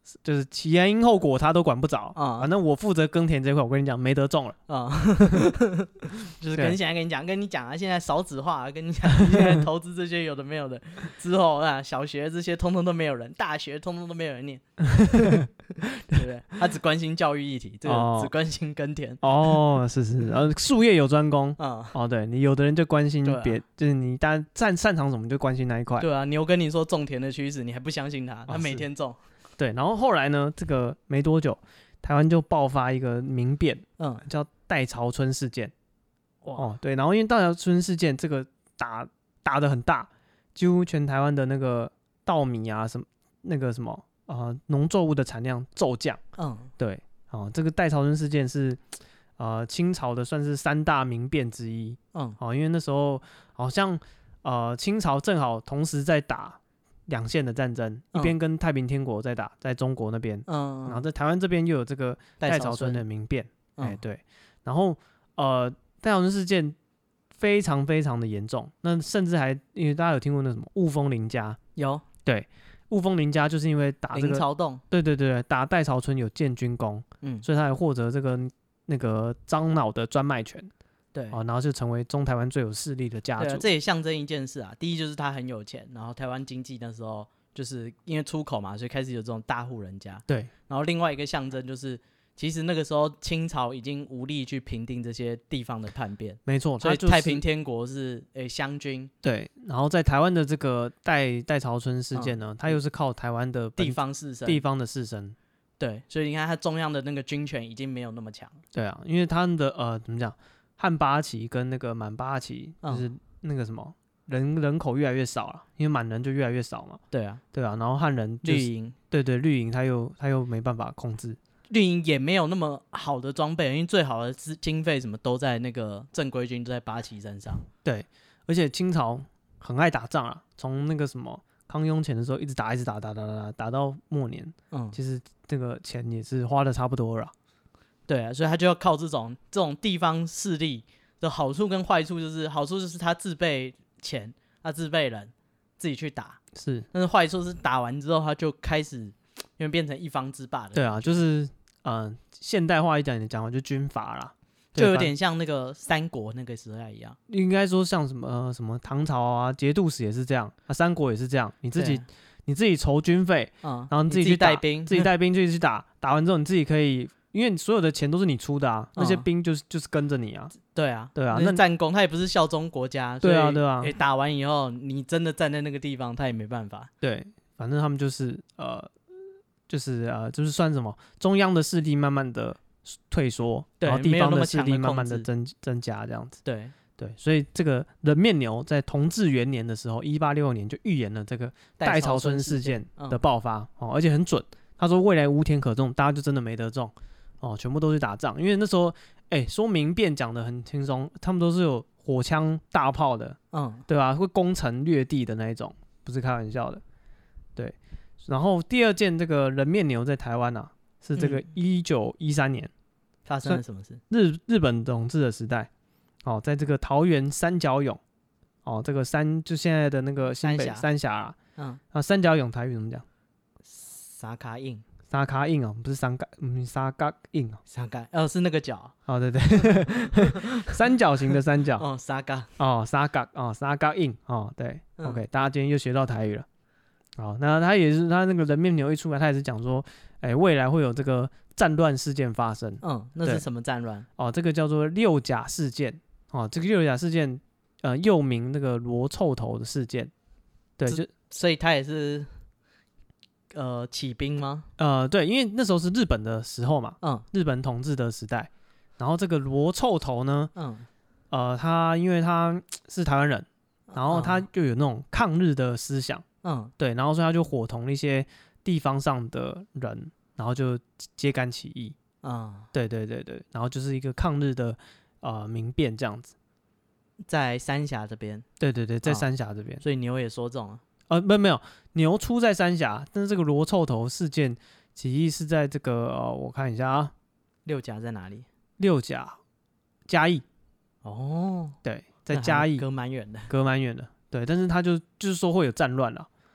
就是前因后果他都管不着，嗯、反正我负责耕田这块，我跟你讲没得种了，嗯、 就是跟现在跟你讲，跟你讲啊，现在少子化、啊，跟你讲，现在投资这些有的没有的，之后啊，小学这些通通都没有人，大学通通都没有人念，对不对？他只关心教育议题，这个、哦、只关心耕田。 哦，是是，然后术业有专攻，嗯，哦，对你有的人就关心别，啊、就是你当然擅擅长什么就关心那一块。 对啊，牛跟你说种田的趋势，你还不相信他，他每天种。 对，然后后来呢，这个没多久，台湾就爆发一个民变，嗯，叫戴潮春事件。哦，对，然后因为戴潮春事件这个打打得很大，几乎全台湾的那个稻米啊，什么那个什么呃农作物的产量骤降。嗯，对，哦，这个戴潮春事件是呃清朝的算是三大民变之一。嗯，哦，因为那时候好像呃清朝正好同时在打两线的战争，一边跟太平天国在打，在中国那边，嗯，然后在台湾这边又有这个戴潮春的民变，哎、嗯，对，然后呃，戴潮春事件非常非常的严重，那甚至还因为大家有听过那什么雾峰林家， 有， 对，雾峰林家就是因为打这个林朝栋， 对对对，打戴潮春有建军功，嗯，所以他还获得这个那个樟脑的专卖权。对、哦，然后就成为中台湾最有势力的家族。 对、啊，这也象征一件事啊。第一就是他很有钱，然后台湾经济那时候就是因为出口嘛，所以开始有这种大户人家。对。然后另外一个象征就是，其实那个时候清朝已经无力去平定这些地方的叛变。 没错， 所以太平天国是诶湘军。 对。然后在台湾的这个戴戴潮春事件呢，他、嗯、又是靠台湾的地方士绅， 地方的士绅。 对，所以你看他中央的那个军权已经没有那么强。 对啊，因为他们的呃怎么讲？汉八旗跟那个满八旗，就是那个什么、嗯、人人口越来越少了，因为满人就越来越少嘛。对啊，对啊，然后汉人、就是、绿营，对对绿营他又他又没办法控制， 绿营也没有那么好的装备，因为最好的经费什么都在那个正规军，都在八旗身上。 对，而且清朝很爱打仗啊，从那个什么康雍乾的时候一直打一直打打打打打打到末年，嗯，其实这个钱也是花的差不多了。 对啊，所以他就要靠这种这种地方势力的好处跟坏处，就是好处就是他自备钱，他自备人，自己去打是，但是坏处是打完之后他就开始因为变成一方之霸的。 对啊，就是呃现代化一点的讲法就军阀啦， 就有点像那个三国那个时代一样。 应该说像什么、呃、什么唐朝啊，节度使也是这样啊，三国也是这样，你自己、啊、你自己筹军费、嗯，然后你自己去带兵， 自己带兵自己去打，打完之后你自己可以。因为所有的钱都是你出的啊，那些兵就是、嗯、就是跟着你啊。 对啊， 对啊， 那战功他也不是效忠国家。 对啊，对啊。 欸、打完以后，你真的站在那个地方，他也没办法。 对，反正他们就是呃，就是呃，就是算什么，中央的势力慢慢的退缩，然后地方的势力慢慢的增增加，这样子。对对，所以这个人面牛在同治元年的时候，一八六二年就预言了这个戴潮春事件的爆发、嗯、哦，而且很准。他说未来无田可种，大家就真的没得种。哦，全部都去打仗，因为那时候，哎、欸，说民变讲得很轻松，他们都是有火枪大炮的，嗯，对吧？会攻城略地的那一种，不是开玩笑的。对，然后第二件这个人面牛在台湾啊，是这个一九一三年、嗯、 发生了什么事？ 日日本统治的时代，哦，在这个桃园三角涌，哦，这个三就现在的那个新北三峡啊，嗯，啊，三角涌台语怎么讲？ 沙卡印。 沙卡印哦，不是三角，嗯，沙卡印哦， 沙卡，哦，是那个角， 哦，对对，三角形的三角， 哦，沙卡， 哦，沙卡，哦，沙卡印，哦，对、嗯、，OK， 大家今天又学到台语了，好，那他也是他那个人面牛一出来，他也是讲说，哎、欸，未来会有这个战乱事件发生， 嗯，那是什么战乱？ 哦，这个叫做六甲事件，哦，这个六甲事件，呃，又名那个罗臭头的事件，对，就所以他也是。呃，起兵吗？ 呃，对，因为那时候是日本的时候嘛，嗯，日本统治的时代。然后这个罗臭头呢，嗯，呃，他因为他是台湾人，然后他就有那种抗日的思想，嗯，对，然后所以他就伙同一些地方上的人，然后就揭竿起义，嗯，对对对对，然后就是一个抗日的呃民变这样子， 在三峡这边， 对对对，在三峡这边、哦， 所以牛也说中了。 呃，没有没有，牛出在三峡，但是这个罗臭头事件起义是在这个呃，我看一下啊， 六甲在哪里？ 六甲嘉义。 哦， 对，在嘉义， 隔蛮远的， 隔蛮远的。对，但是他就就是说会有战乱了。嗯，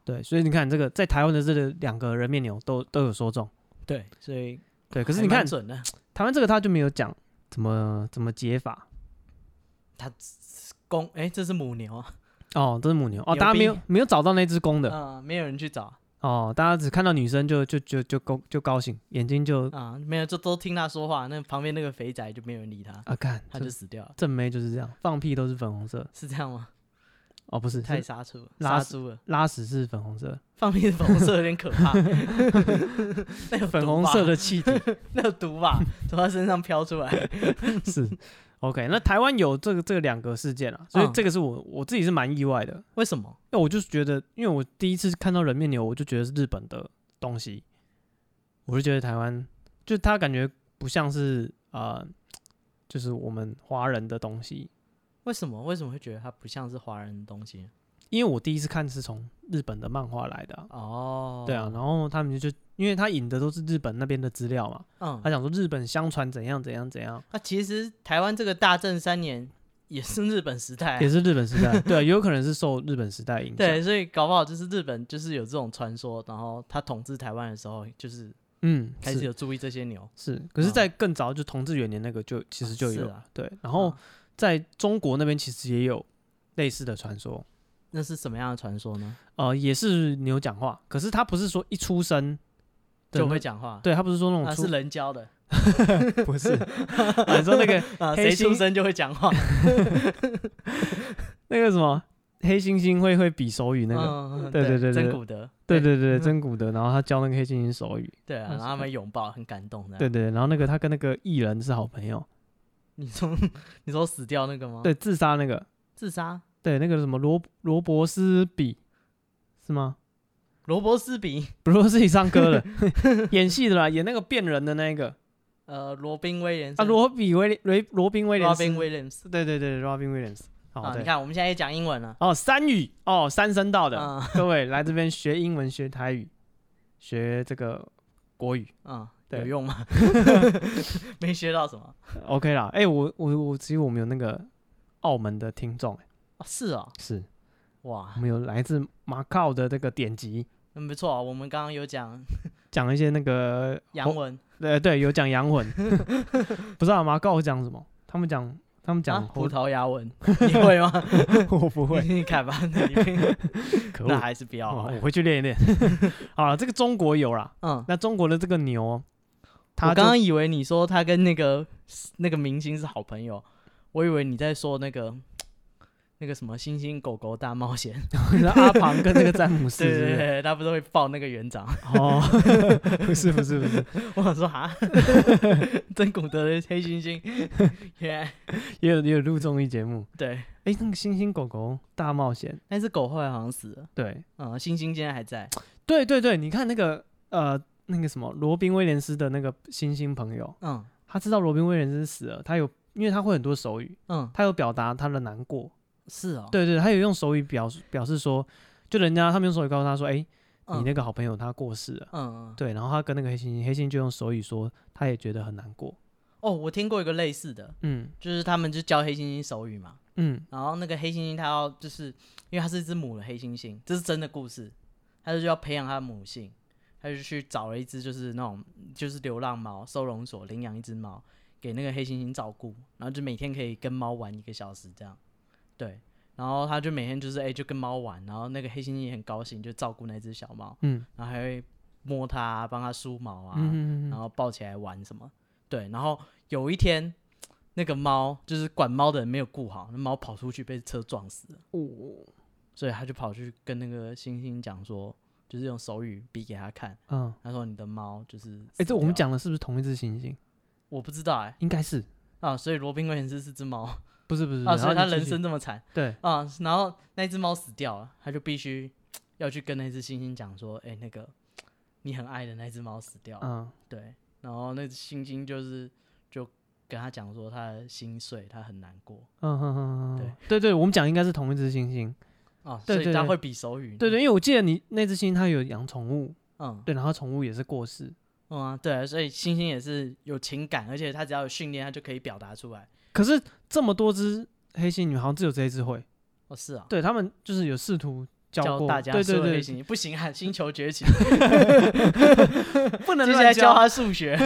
对，所以你看这个在台湾的这个两个人面牛都都有说中。 对，所以对，可是你看台湾这个他就没有讲怎么怎么解法。 他公哎、欸，这是母牛啊。 哦，这是母牛哦，大家没有没有找到那只公的。 嗯，没有人去找。 哦，大家只看到女生就就就就高就高兴，眼睛就啊，没有，就都听他说话。那旁边那个肥仔就没有人理他啊，看他就死掉了。 正妹就是这样，放屁都是粉红色， 是这样吗？ 哦，不是， 太杀猪了， 杀猪了。 拉屎是粉红色， 放屁是粉红色，有点可怕。那有粉红色的气体， 那有毒吧？从他身上飘出来。 是 ，OK。那台湾有这个这个两个事件啊，所以这个是我、嗯、我自己是蛮意外的。 为什么？ 因为我就是觉得，因为我第一次看到人面牛，我就觉得是日本的东西，我就觉得台湾就它感觉不像是呃，就是我们华人的东西。 为什么？为什么会觉得它不像是华人的东西？ 因为我第一次看是从日本的漫画来的、啊、 哦， 对啊，然后他们就因为他引的都是日本那边的资料嘛，嗯，他想说日本相传怎样怎样怎样。 那、啊、其实台湾这个大正三年也是日本时代、啊， 也是日本时代，对、啊，有可能是受日本时代影响。 对，所以搞不好就是日本就是有这种传说，然后他统治台湾的时候就是嗯开始有注意这些牛。 是，可是，在更早就同治元年那个就其实就有、啊啊、对，然后。啊在中国那边其实也有类似的传说， 那是什么样的传说呢？ 呃，也是牛讲话，可是他不是说一出生就会讲话， 对他不是说那种出、啊、是人教的， 不是、啊。你说那个谁、啊、出生就会讲话， 那个什么黑猩猩会会比手语那个，嗯、对对对对， 真古德， 对对对真古德，然后他教那个黑猩猩手语， 对啊，然后他们拥抱很感动的， 对对，然后那个他跟那个艺人是好朋友。 你说你说死掉那个吗？ 对，自杀那个。 自杀？ 对，那个什么罗罗伯斯比是吗？ 罗伯斯比不是自己唱歌的，演戏的啦，演那个变人的那个。 呃，罗宾威廉斯啊，罗比威雷罗宾威廉斯。 罗宾威廉斯。 对对对，罗宾威廉斯。 啊，你看我们现在也讲英文了。 哦，三语哦，三声道的，嗯、各位来这边学英文、学台语、学这个国语。 嗯。有用吗？没学到什么。 OK 啦，哎、欸，我我我，其实我们有那个澳门的听众、欸，哎、 啊，是啊、喔， 是， 哇， 我们有来自马靠的这个典籍， 嗯，不错、啊，我们刚刚有讲讲一些那个洋文， 对对，有讲洋文，不知道马靠讲什么，他们讲。他们讲、 啊、葡萄牙文，你会吗？ 我不会。 你看吧，可恶，那还是不要。 我回去练一练。好了，这个中国有啦。嗯，那中国的这个牛， 我刚刚以为你说他跟那个那个明星是好朋友，我以为你在说那个那个什么星星狗狗大冒险， 阿庞跟那个詹姆斯是不是， 对对对，他不是会抱那个园长？ 哦，不是不是不是， 我想说哈，真古德的黑猩猩，原来也有也有录综艺节目。 对， 哎、欸，那个星星狗狗大冒险， 那只狗后来好像死了。 对， 嗯，星星现在还在。 对对对，你看那个呃那个什么罗宾威廉斯的那个星星朋友，嗯，他知道罗宾威廉斯死了，他有因为他会很多手语，嗯，他有表达他的难过。 是哦， 对对，他有用手语表表示说，就人家他们用手语告诉他说，哎、欸，嗯、你那个好朋友他过世了，嗯，对，然后他跟那个黑猩猩，黑猩猩就用手语说，他也觉得很难过。 哦，我听过一个类似的，嗯，就是他们就教黑猩猩手语嘛，嗯，然后那个黑猩猩他要就是因为他是一只母的黑猩猩，这是真的故事，他就要培养他的母性，他就去找了一只就是那种就是流浪猫，收容所领养一只猫给那个黑猩猩照顾，然后就每天可以跟猫玩一个小时这样。对，然后他就每天就是哎、欸，就跟猫玩，然后那个黑猩猩也很高兴，就照顾那只小猫，嗯，然后还会摸它、啊，帮它梳毛啊，嗯嗯嗯，然后抱起来玩什么，对，然后有一天那个猫就是管猫的人没有顾好，那猫跑出去被车撞死了，哦，所以他就跑去跟那个猩猩讲说，就是用手语比给他看，嗯，他说你的猫就是，哎、 欸，这我们讲的是不是同一只猩猩？ 我不知道哎、欸， 应该是啊，所以罗宾威廉斯是只猫。 不是不是啊，所以他人生这么惨， 对啊，然后那只猫死掉了，他就必须要去跟那只猩猩讲说，哎、欸，那个你很爱的那只猫死掉了，嗯，对，然后那只猩猩就是就跟他讲说他的心碎，他很难过，嗯哼哼哼，对对对，我们讲应该是同一只猩猩， 啊，所以他会比手语， 对 对, 对，因为我记得你那只猩猩它有养宠物，嗯，对，然后宠物也是过世， 嗯啊，对，所以猩猩也是有情感，而且它只要有训练，它就可以表达出来。 可是这么多只黑猩猩，好像只有这一只会。 哦，是啊。 对，他们就是有试图教过大家对对对， 黑猩猩不行啊，星球崛起， 不能接下来教他数学，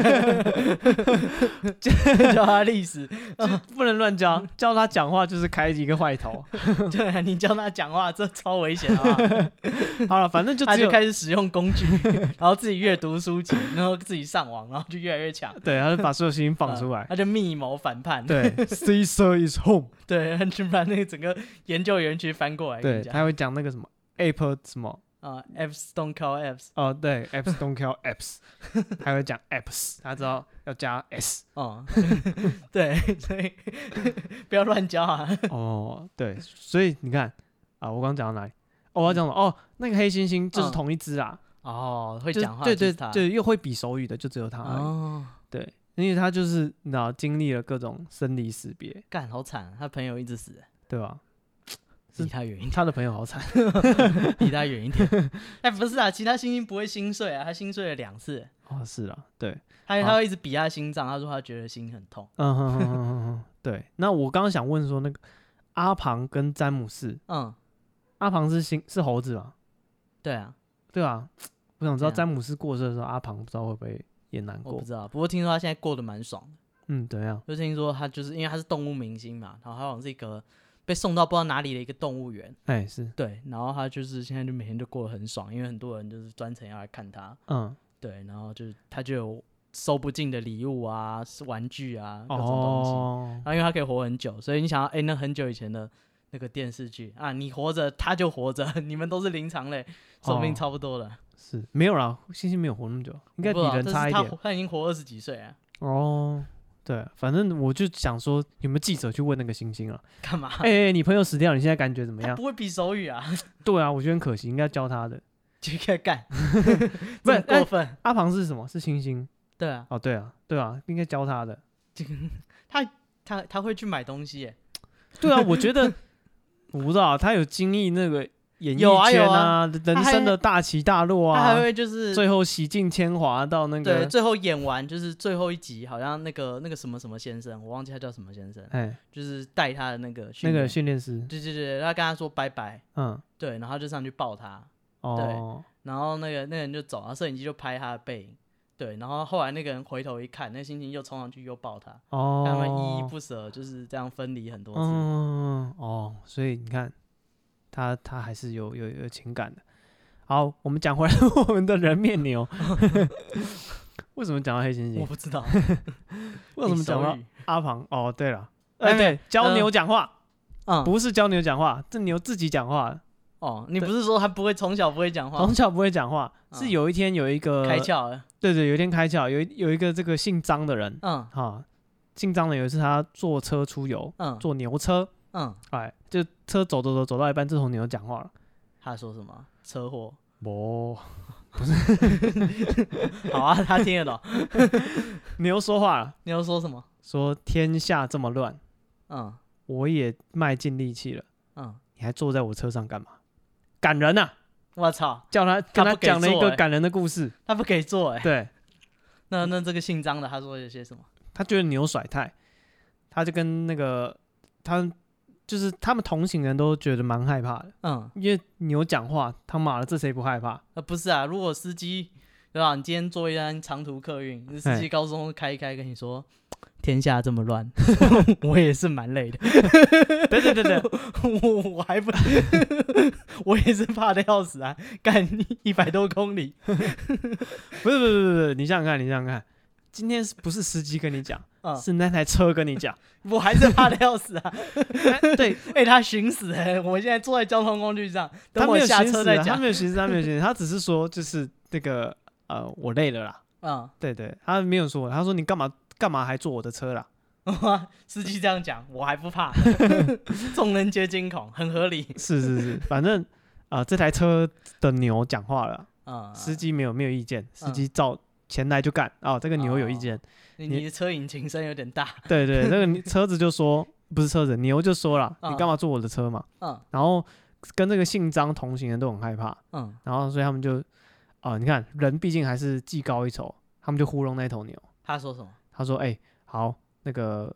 教他历史， 不能乱教，教他讲话就是开一个坏头。 对啊，你教他讲话，这超危险啊！ 好了，反正就他就开始使用工具，然后自己阅读书籍，然后自己上网，然后就越来越强。 对，他就把所有星星放出来， 他就密谋反叛。 对 ，Caesar is home。 对，他就把那个整个研究园区翻过来。 对，他会讲那个什么 ape 什么啊 ，apps don't call apps。 哦，对 ，apps don't call apps， 还会讲 apps， 他知道要加 s。 哦，对，所以不要乱教啊。 哦，对，所以你看啊，我刚刚讲到哪里？哦，我要讲什么？哦，那个黑猩猩就是同一只啊。 哦，会讲话， 对对对，又会比手语的就只有他而已。 哦， 对，因为他就是你知道经历了各种生离死别， 干好惨，他朋友一直死， 对吧？ 离他远一点， 他的朋友好惨， 离他远一点。哎，不是啊，其他猩猩不会心碎啊，他心碎了两次。 哦，是啊，对， 他他会一直比他心脏，他说他觉得心很痛。 嗯哼哼哼哼，对。那我刚刚想问说，那个阿庞跟詹姆士，嗯，阿庞是猩是猴子吧？ 对啊， 对啊。我想知道詹姆斯过世的时候，阿庞不知道会不会也难过？ 我不知道，不过听说他现在过得蛮爽的。 嗯，怎样？ 就听说他就是因为他是动物明星嘛，然后他好像是一个被送到不知道哪里的一个动物园。 哎、欸，是对，然后他就是现在就每天就过得很爽，因为很多人就是专程要来看他。嗯，对，然后就是他就有收不尽的礼物啊、玩具啊各种东西。哦、然后因为他可以活很久，所以你想要哎、欸，那很久以前的那个电视剧啊，你活着他就活着，你们都是灵长类，寿命差不多了。哦， 是没有啦，猩猩没有活那么久，应该比人差一点。 他, 他已经活二十几岁啊。 哦，对，反正我就想说，有没有记者去问那个猩猩啊？ 干嘛？ 哎、欸欸，你朋友死掉，你现在感觉怎么样？ 他不会比手语啊。 对啊，我觉得很可惜，应该教他的。 就该干，不是过分。 阿庞是什么？是猩猩。 对啊。 哦，对啊，对啊，应该教他的。 他他他会去买东西耶。 对啊，我觉得我不知道，他有经历那个。演艺圈啊，人生的大起大落啊， 他还会就是最后洗尽铅华到那个， 对，最后演完就是最后一集，好像那个那个什么什么先生，我忘记他叫什么先生，哎，就是带他的那个那个训练师， 对对对，他跟他说拜拜，嗯，对，然后就上去抱他，哦，对，然后那个那个人就走，然后摄影机就拍他的背影，对，然后后来那个人回头一看，那个猩猩又冲上去又抱他，哦，他们依依不舍，就是这样分离很多次， 嗯，哦，所以你看。他他还是有有有情感的。好，我们讲回来我们的人面牛，为什么讲到黑猩猩？ 我不知道。 为什么讲到阿庞？哦，对了，哎、欸、对，教牛讲话，嗯，不是教牛讲话，这牛自己讲话。 哦，你不是说他不会从小不会讲话？ 从小不会讲话，是有一天有一个开窍了。 对对，有一天开窍，有有一个这个姓张的人，嗯，哈，姓张的有一次他坐车出游，嗯，坐牛车。嗯，哎，就车走走走走到一半，这头牛讲话了。 他说什么？车祸？ 不，不是。 好啊，他听得懂。 牛说话了。 牛说什么？ 说天下这么乱，嗯，我也卖尽力气了，嗯，你还坐在我车上干嘛？感人呐、啊！ 我操！ 叫他跟他讲了一个感人的故事。 他不给做哎、欸。 对。 那那这个姓张的他说了些什么？ 他觉得牛甩态，他就跟那个他。就是他们同行人都觉得蛮害怕的，嗯，因为牛讲话，他妈的，这谁不害怕？ 呃，不是啊，如果司机对吧？你今天坐一辆长途客运，司机高速公路开一开，跟你说天下这么乱，我也是蛮累的。 对对对对， 我我还不，我也是怕的要死啊！干一百多公里， 不是不是不是不是，你想想看，你想想看。今天不是司机跟你讲、嗯，是那台车跟你讲， 我还是怕的要死啊！ 对， 哎、欸，他寻死哎、欸！我现在坐在交通工具上，等我下车再讲。 他没有寻死，他没有寻死，他只是说就是那个呃，我累了啦。嗯，对对，他没有说，他说你干嘛干嘛还坐我的车啦？ 司机这样讲，我还不怕，众人皆惊恐，很合理。 是是是，反正啊、呃，这台车的牛讲话了，嗯，司机没有没有意见，司机照。前来就干哦，这个牛有意见，哦、 你, 你的车引擎声有点大。 对对，那个车子就说不是车子，牛就说了，嗯、你干嘛坐我的车嘛？嗯，然后跟这个姓张同行人都很害怕，嗯，然后所以他们就啊、呃，你看人毕竟还是技高一筹，他们就糊弄那头牛。 他说什么？ 他说：“哎、欸，好，那个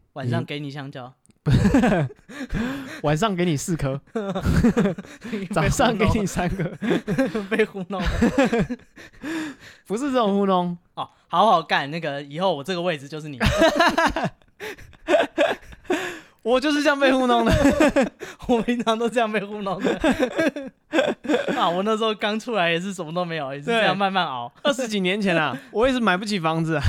晚上给你香蕉， 晚上给你四颗，早上给你三个， 被糊弄了。 不是这种糊弄哦，好好干，那个以后我这个位置就是你。 我就是这样被糊弄的， 我平常都这样被糊弄的。啊，我那时候刚出来也是什么都没有，也是这样慢慢熬。 二十几年前啊，我也是买不起房子、啊。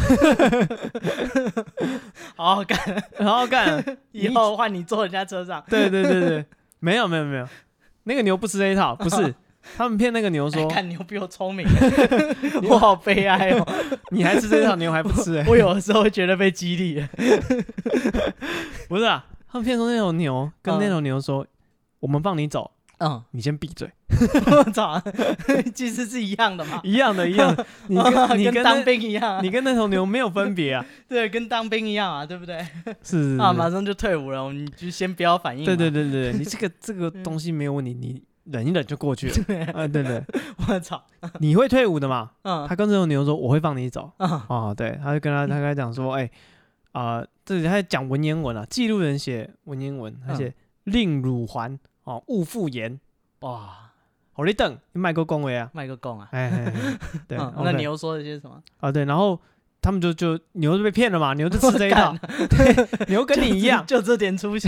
好好干， 好好干， 以后换你坐人家车上。 对对对对，没有没有没有，那个牛不吃这一套，不是。他们骗那个牛说， 看牛比我聪明，我好悲哀哦。 你还吃这一套，牛还不吃、欸？ 我有的时候会觉得被激励。 不是啊，他们骗说那头牛跟那头牛说，嗯、我们放你走，嗯，你先闭嘴。 我操，其实是一样的嘛， 一样的，一样的。你跟你跟当兵一样、啊， 你跟那头牛没有分别啊。 对，跟当兵一样啊，对不对？ 是, 是, 是啊，马上就退伍了，你就先不要反应。 对对对对，你这个这个东西没有问题，你。忍一忍就过去了，对啊，对对， 我操， 你会退伍的嘛？嗯，他跟这头牛说我会放你走，嗯，哦，对，他就跟他他跟他讲说，哎、欸，啊、呃，这里他在讲文言文啊，记录人写文言文，他写、嗯、令汝还哦，勿复言，哇，好你等，你卖个恭维啊， 卖个恭啊， 哎哎，对、 嗯 okay ，那牛说了些什么？ 啊，对，然后。他们就就牛就被骗了嘛，牛就吃这一套，对，牛跟你一样， 就, 就这点出息，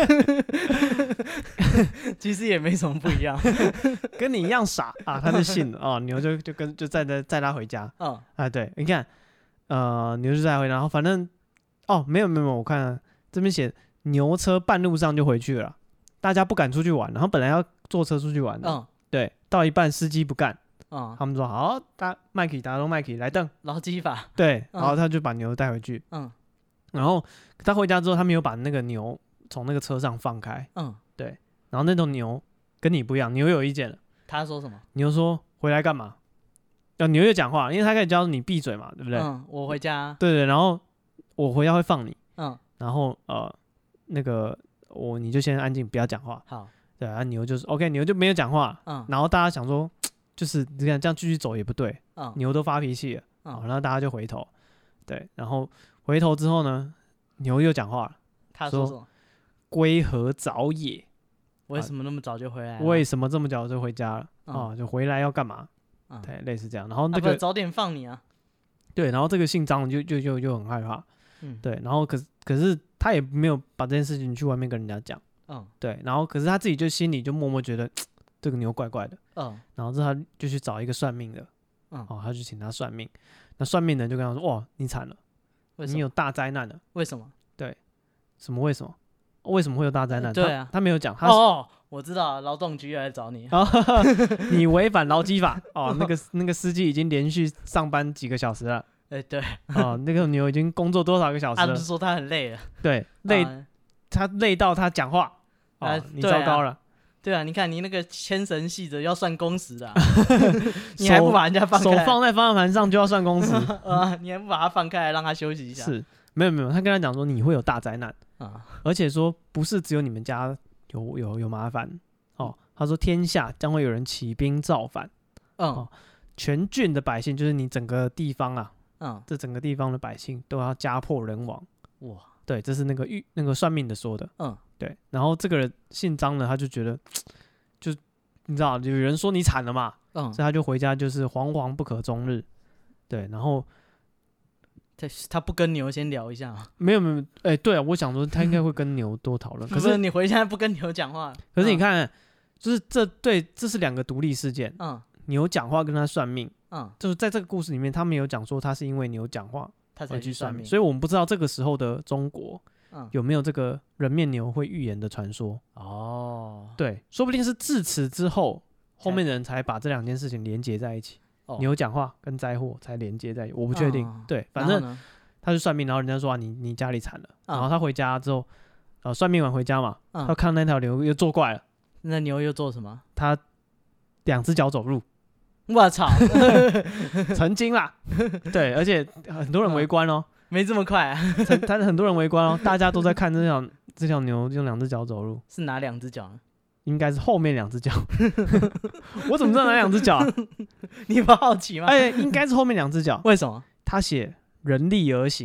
其实也没什么不一样， 跟你一样傻啊，他就信了哦，牛就就跟就载载载他回家，嗯，啊对，你看，呃，牛就载回，然后反正哦没有没有，我看这边写牛车半路上就回去了，大家不敢出去玩，然后本来要坐车出去玩的，嗯，对，到一半司机不干。嗯、他们说好，大麦克大家都麦克来蹬劳基法， 对、嗯，然后他就把牛带回去，嗯，然后他回家之后，他没有把那个牛从那个车上放开，嗯，对，然后那头牛跟你不一样，牛有意见了， 他说什么？ 牛说回来干嘛？要牛又讲话，因为他可以教你闭嘴嘛，对不对？ 嗯，我回家， 对对，然后我回家会放你，嗯，然后呃那个我你就先安静，不要讲话， 好， 对啊，牛就是 OK， 牛就没有讲话，嗯，然后大家想说。就是你看这样继续走也不对，嗯、牛都发脾气了，嗯、然后大家就回头，对，然后回头之后呢，牛又讲话了， 他说什么？ 归何早也？ 为什么那么早就回来了？ 为什么这么早就回家了？嗯、啊，就回来要干嘛？嗯、对，类似这样。然后那个、 啊、早点放你啊， 对，然后这个姓张的就就就就很害怕，嗯，对，然后可是可是他也没有把这件事情去外面跟人家讲，嗯，对，然后可是他自己就心里就默默觉得。这个牛怪怪的，嗯，然后之后他就去找一个算命的，嗯，哦，他去请他算命，那算命的人就跟他说，哇，你惨了，你有大灾难了， 为什么？ 对，什么为什么？为什么会有大灾难？ 呃、对啊他，他没有讲，他哦，我知道，劳动局来找你， 哦、你违反劳基法，哦，那个那个司机已经连续上班几个小时了， 哎、欸，对， 哦，那个牛已经工作多少个小时了？ 他不是说他很累了， 对，累，啊、他累到他讲话，哦，啊、你糟糕了。 对啊，你看你那个牵绳系着要算工时的、啊，你还不把人家放开， 手放在方向盘上就要算工时啊！你还不把他放开，让他休息一下？ 是，没有没有，他跟他讲说你会有大灾难啊，而且说不是只有你们家有有有麻烦哦，他说天下将会有人起兵造反，嗯、哦，全郡的百姓就是你整个地方啊，嗯，这整个地方的百姓都要家破人亡，哇，对，这是那个预那个算命的说的，嗯。对，然后这个人姓张的，他就觉得，就你知道，有人说你惨了嘛，嗯，所以他就回家就是惶惶不可终日。对，然后他他不跟牛先聊一下吗？ 没有没有，哎、欸，对啊，我想说他应该会跟牛多讨论。可是你回家不跟牛讲话？ 可是你看，嗯、就是这对这是两个独立事件。嗯，牛讲话跟他算命，嗯，就是在这个故事里面，他没有讲说他是因为牛讲话他才去算命， 所以我们不知道这个时候的中国。嗯、有没有这个人面牛会预言的传说？哦，对，说不定是自此之后，后面的人才把这两件事情连接在一起。哦、牛讲话跟灾祸才连接在一起，我不确定。哦、对，反正他是算命，然后人家说、啊、你你家里惨了，嗯、然后他回家之后，呃，算命完回家嘛，嗯、他看那条牛又作怪了。 那牛又做什么？ 他两只脚走路。 我操！ 曾经啦，对，而且很多人围观哦。嗯没这么快啊！ 他很多人围观哦，大家都在看这条这条牛用两只脚走路。 是哪两只脚呢？ 应该是后面两只脚。我怎么知道哪两只脚、啊？ 你不好奇吗？ 哎、欸，应该是后面两只脚。 为什么？ 他写人力而行。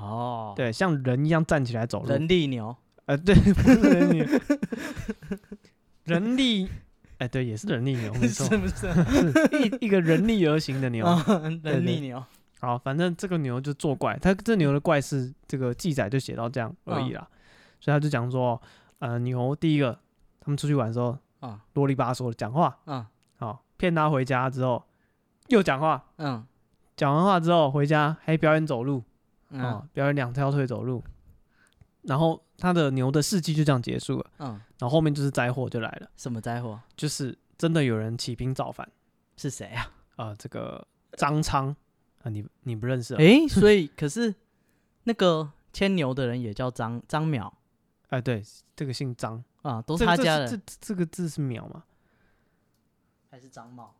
哦，对，像人一样站起来走路。 人力牛。 呃，对，不是人力牛，人力，哎，对，也是人力牛，没错， 是不是？ 是一一个人力而行的牛， 人力牛。 好，反正这个牛就作怪，它这牛的怪事，这个记载就写到这样而已啦。所以他就讲说，呃，牛第一个，他们出去玩的时候，嗯，啰里吧嗦的讲话，嗯，好，骗他回家之后又讲话，嗯，讲完话之后回家还表演走路，嗯，表演两条腿走路，然后他的牛的事迹就这样结束了，嗯，然后后面就是灾祸就来了。 什么灾祸？ 就是真的有人起兵造反。 是谁啊？ 啊、呃，这个张昌啊，你你不认识？ 哎、欸，所以可是那个牵牛的人也叫张张淼。 哎，对，这个姓张啊，都是他家的。 这 这, 这, 这个字是淼吗？ 还是张茂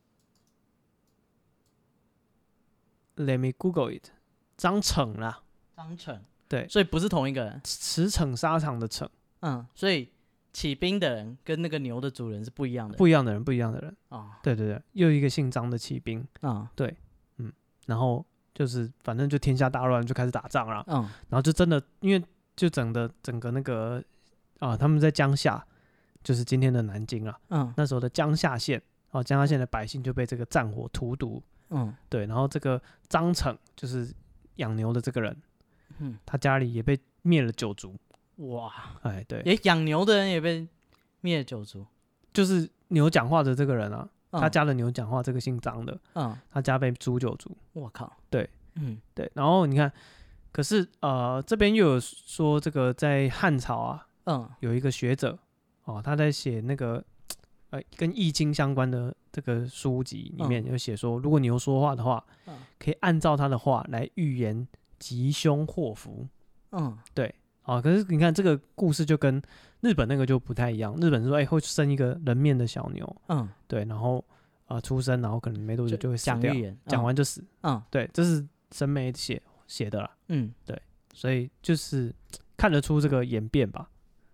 ？Let me Google it。张骋啦。 张骋。 对， 所以不是同一个人。 驰骋沙场的骋。 嗯，所以起兵的人跟那个牛的主人是不一样的。 不一样的人，不一样的人。哦，对对对，又一个姓张的起兵。啊、嗯，对，嗯，然后就是反正就天下大乱，就开始打仗了。嗯，然后就真的因为。就整的整个那个啊，他们在江夏，就是今天的南京啊。嗯，那时候的江夏县，哦，江夏县的百姓就被这个战火荼毒。嗯，对，然后这个张骋就是养牛的这个人，嗯，他家里也被灭了九族。 哇， 哎，对， 也养牛的人也被灭了九族， 就是牛讲话的这个人啊，嗯、他家的牛讲话，这个姓张的，嗯，他家被诛九族。 我靠， 对，嗯，对，然后你看。可是呃，这边又有说这个在汉朝啊，嗯，有一个学者哦，他在写那个呃跟易经相关的这个书籍里面有写说，如果牛说话的话，嗯，可以按照他的话来预言吉凶祸福。嗯，对，啊，可是你看这个故事就跟日本那个就不太一样，日本是说哎、欸、会生一个人面的小牛，嗯，对，然后呃出生，然后可能没多久就会死掉，讲完就死，嗯，对，这是审美写。写的啦，嗯，对，所以就是看得出这个演变吧，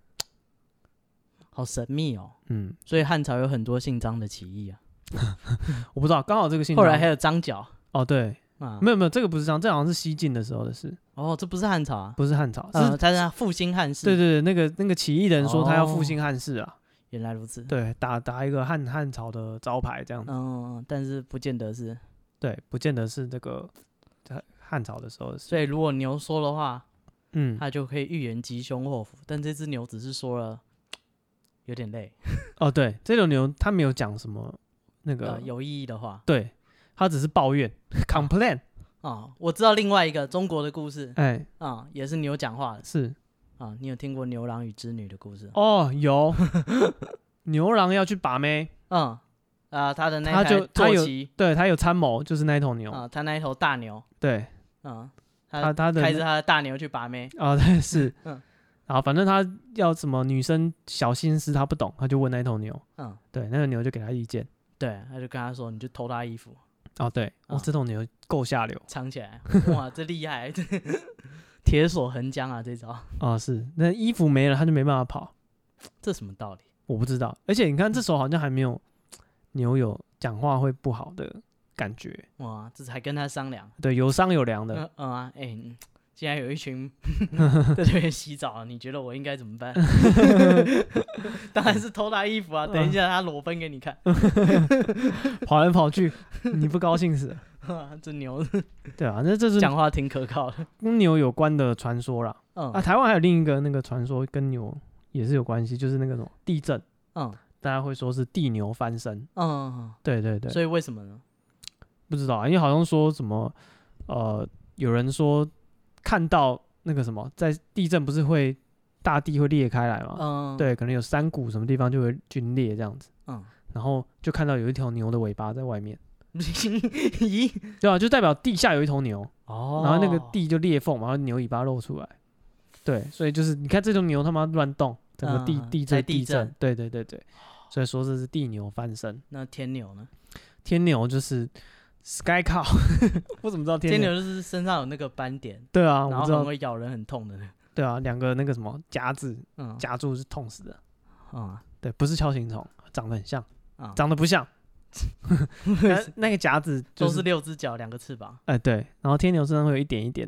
好神秘哦，嗯，所以汉朝有很多姓张的起义啊， 我不知道，刚好这个姓张， 后来还有张角， 哦，对，啊，没有没有，这个不是张，这好像是西晋的时候的事， 哦，这不是汉朝啊， 不是汉朝， 是他是复兴汉室， 对对对，那个那个起义的人说他要复兴汉室啊， 哦、原来如此， 对，打打一个汉汉朝的招牌这样子， 嗯，但是不见得是， 对，不见得是这个。汉朝的时候的事， 所以如果牛说的话，嗯，它就可以预言吉凶祸福。但这只牛只是说了，有点累。 哦，对，这种牛它没有讲什么那个、 呃、有意义的话， 对，它只是抱怨 ，complain。 哦，我知道另外一个中国的故事，哎，啊、嗯，也是牛讲话的， 是啊，你有听过牛郎与织女的故事？ 哦，有，牛郎要去把妹，嗯。 啊、呃，他的那台坐骑， 他有对他有参谋，就是那一头牛啊、呃，他那一头大牛， 对， 嗯，他他的开着他的大牛去把妹啊，对是，嗯，然后反正他要什么女生小心思他不懂，他就问那一头牛，嗯，对，那个牛就给他意见， 对，他就跟他说，你就偷他衣服， 哦，对，哇、嗯，这头牛够下流， 藏起来，哇，这厉害，铁锁横江啊，这招， 哦是，那衣服没了他就没办法跑， 这什么道理？ 我不知道，而且你看这时候好像还没有。牛有讲话会不好的感觉哇，这还跟他商量， 对，有商有量的。 嗯嗯啊，哎、欸，现在有一群在这边洗澡，你觉得我应该怎么办？当然是偷他衣服啊！等一下他裸奔给你看， 跑来跑去，你不高兴死了。这牛， 对啊，那这是讲话挺可靠的， 跟牛有关的传说啦。嗯啊，台湾还有另一个那个传说跟牛也是有关系，就是那个什么地震。嗯。大家会说是地牛翻身，嗯，对对对， 所以为什么呢？ 不知道啊，因为好像说什么，呃，有人说看到那个什么，在地震不是会大地会裂开来嘛，嗯，对，可能有山谷什么地方就会皲裂这样子，嗯，然后就看到有一条牛的尾巴在外面，咦，对啊，就代表地下有一头牛，哦，然后那个地就裂缝嘛，然后牛尾巴露出来，对，所以就是你看这头牛他妈乱动，整个地、嗯、地震地震，对对对对。所以说这是地牛翻身。 那天牛呢？ 天牛就是 sky cow 我怎么知道天牛？ 天牛就是身上有那个斑点。 对啊， 然后很会咬人，很痛的。 对啊，两个那个什么夹子，嗯，夹住是痛死的。啊、嗯，对，不是锹形虫，长得很像，嗯、长得不像。那, 那个夹子、就是、 都是六只脚，两个翅膀。 哎、呃，对，然后天牛身上会有一点一点的，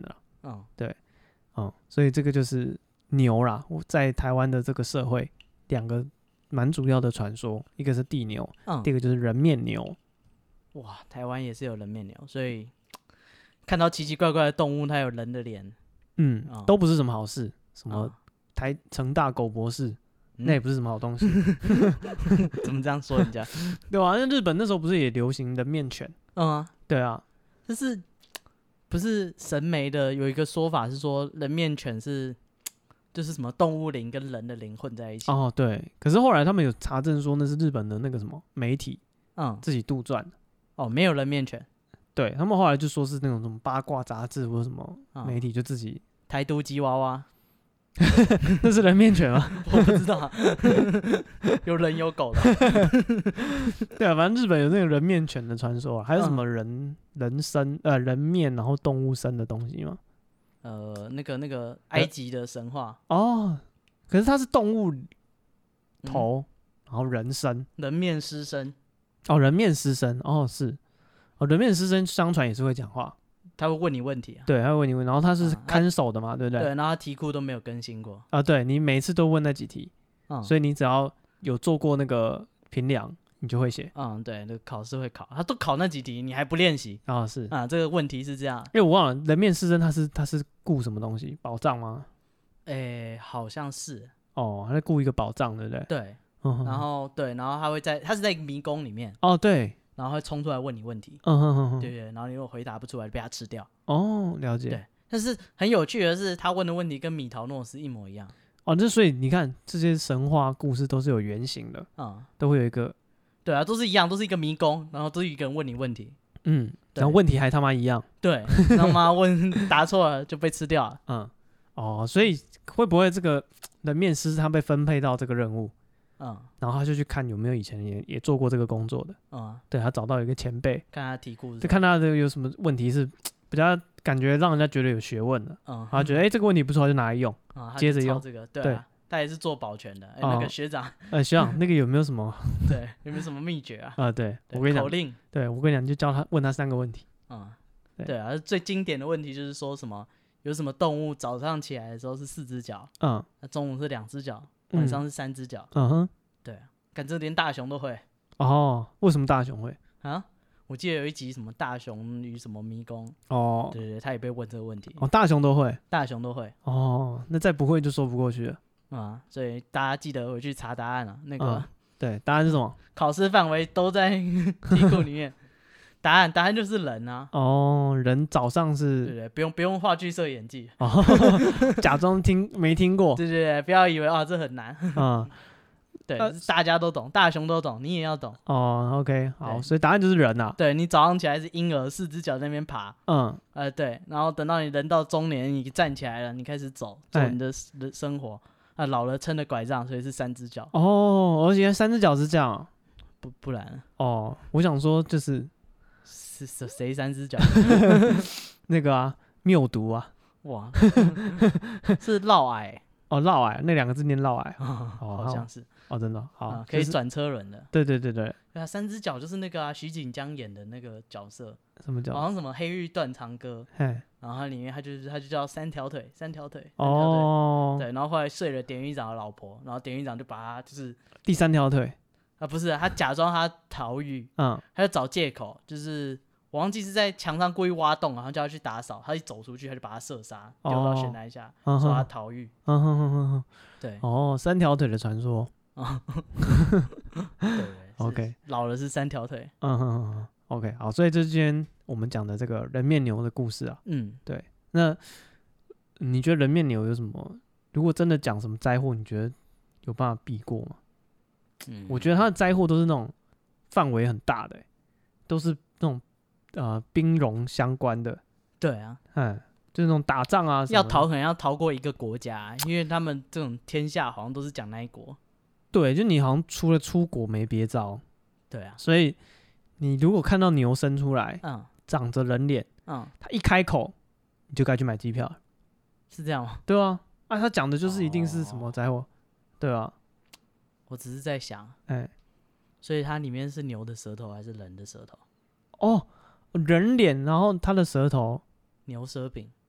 嗯，对，嗯，所以这个就是牛啦，在台湾的这个社会，两个蛮主要的传说，一个是地牛，嗯，第二个就是人面牛。 哇，台湾也是有人面牛，所以看到奇奇怪怪的动物，它有人的脸， 嗯，哦、都不是什么好事。什么台成大狗博士，嗯、那也不是什么好东西。 怎么这样说人家？ 对啊，那日本那时候不是也流行人面犬？嗯啊，对啊， 就是不是神媒的有一个说法是说人面犬是就是什么动物灵跟人的灵混在一起。 哦，对，可是后来他们有查证说那是日本的那个什么媒体，嗯，自己杜撰的。 哦，没有人面犬。 对他们后来就说是那种什么八卦杂志或者什么媒体就自己、 哦、台都吉娃娃。 那是人面犬吗？ 我不知道，有人有狗的。 对啊，反正日本有那个人面犬的传说、啊，还有什么人、嗯、人身呃人面然后动物身的东西吗？ 呃，那个那个埃及的神话哦，可是它是动物头，嗯、然后人身， 人面狮身。 哦，人面狮身，哦是，哦人面狮身相传也是会讲话。 他会问你问题啊， 对，他会问你问，然后他是看守的嘛，啊、对不对？ 对，然后他题库都没有更新过啊，对你每次都问那几题，嗯、所以你只要有做过那个评量，你就会写。 嗯，对，那个考试会考，他都考那几题，你还不练习啊、哦？是啊，这个问题是这样， 因为我忘了人面狮身他是他是顾什么东西？宝藏吗？ 诶，好像是哦，他在顾一个宝藏，对不对？ 对，嗯、然后对，然后他会在他是在一个迷宫里面哦，对。 然后会冲出来问你问题， 嗯哼哼哼， 对对，然后你如果回答不出来，就被他吃掉。 哦，了解。 对，但是很有趣的是，他问的问题跟米桃诺斯一模一样。 哦，这所以你看，这些神话故事都是有原型的，嗯，都会有一个。 对啊，都是一样，都是一个迷宫，然后都是一个人问你问题。 嗯，然后问题还他妈一样。 对，他妈问答错了就被吃掉了。 嗯，哦，所以会不会这个人面狮他被分配到这个任务？嗯，然后他就去看有没有以前也也做过这个工作的，嗯，对他找到一个前辈， 看他题库， 就看他的有什么问题是比较感觉让人家觉得有学问的，嗯，他觉得哎、欸、这个问题不错，就拿来用，嗯、接着用这个，对、啊，他也是做保全的，哎、欸哦，那个学长， 呃学长那个有没有什么对有没有什么秘诀啊？ 啊、呃，对我跟你讲， 口令， 对我跟你讲，就教他问他三个问题， 嗯，对, 对啊，最经典的问题就是说什么有什么动物早上起来的时候是四只脚，嗯，那中午是两只脚，晚上是三只脚，嗯哼，对啊。感觉连大熊都会哦？为什么大熊会啊？我记得有一集什么大熊与什么迷宫哦，对对对，他也被问这个问题哦。大熊都会， 大熊都会哦。那再不会就说不过去了啊、嗯！所以大家记得回去查答案啊。那个、嗯、 对，答案是什么？ 考试范围都在题库里面。答案答案就是人啊！ 哦，人早上是， 对对，不用不用话剧社演技哦，假装听没听过。 对对对，不要以为啊这很难啊。嗯对、呃，大家都懂，大熊都懂，你也要懂哦。OK， 好，所以答案就是人啊。 对，你早上起来是婴儿，四只脚在那边爬，嗯，呃，对，然后等到你人到中年，你站起来了，你开始走，走你的生活。啊、呃，老了撑着拐杖，所以是三只脚。 哦，而且三只脚是这样， 不不然哦，我想说就是是谁三只脚？ 那个啊，谬读啊， 哇，是嫪毐哦，嫪毐那两个字念嫪毐， 哦，好像是。 哦，真的好、 啊，可以转车轮的。 对对对对， 对啊，三只脚就是那个啊，徐锦江演的那个角色， 什么角色？ 好像什么黑玉断肠歌，然后它里面他就是他就叫三条腿，三条腿，三条腿哦， 对，然后后来睡了典狱长的老婆，然后典狱长就把他就是第三条腿啊，不是，他假装他逃狱，嗯，他就找借口，就是我忘记是在墙上故意挖洞，然后叫他去打扫，他一走出去他就把他射杀，丢到悬崖下，哦、说他逃狱， 嗯哼哼哼哼， 对， 哦，三条腿的传说。 啊，对 ，OK， 老了是三条腿， 嗯哼哼哼 ，OK， 好，所以这是今天我们讲的这个人面牛的故事啊，嗯，对，那你觉得人面牛有什么？如果真的讲什么灾祸，你觉得有办法避过吗？嗯，我觉得它的灾祸都是那种范围很大的、欸，都是那种呃兵戎相关的， 对啊， 嗯。就是那种打仗啊， 要逃可能要逃过一个国家，因为他们这种天下好像都是讲那一国。 对，就你好像除了出国没别招。 对啊， 所以你如果看到牛生出来，嗯，长着人脸，嗯，他一开口，你就该去买机票了， 是这样吗？ 对啊，啊，他讲的就是一定是什么灾祸，哦、对啊。 我只是在想，哎、欸，所以它里面是牛的舌头还是人的舌头？ 哦，人脸，然后他的舌头， 牛舌饼。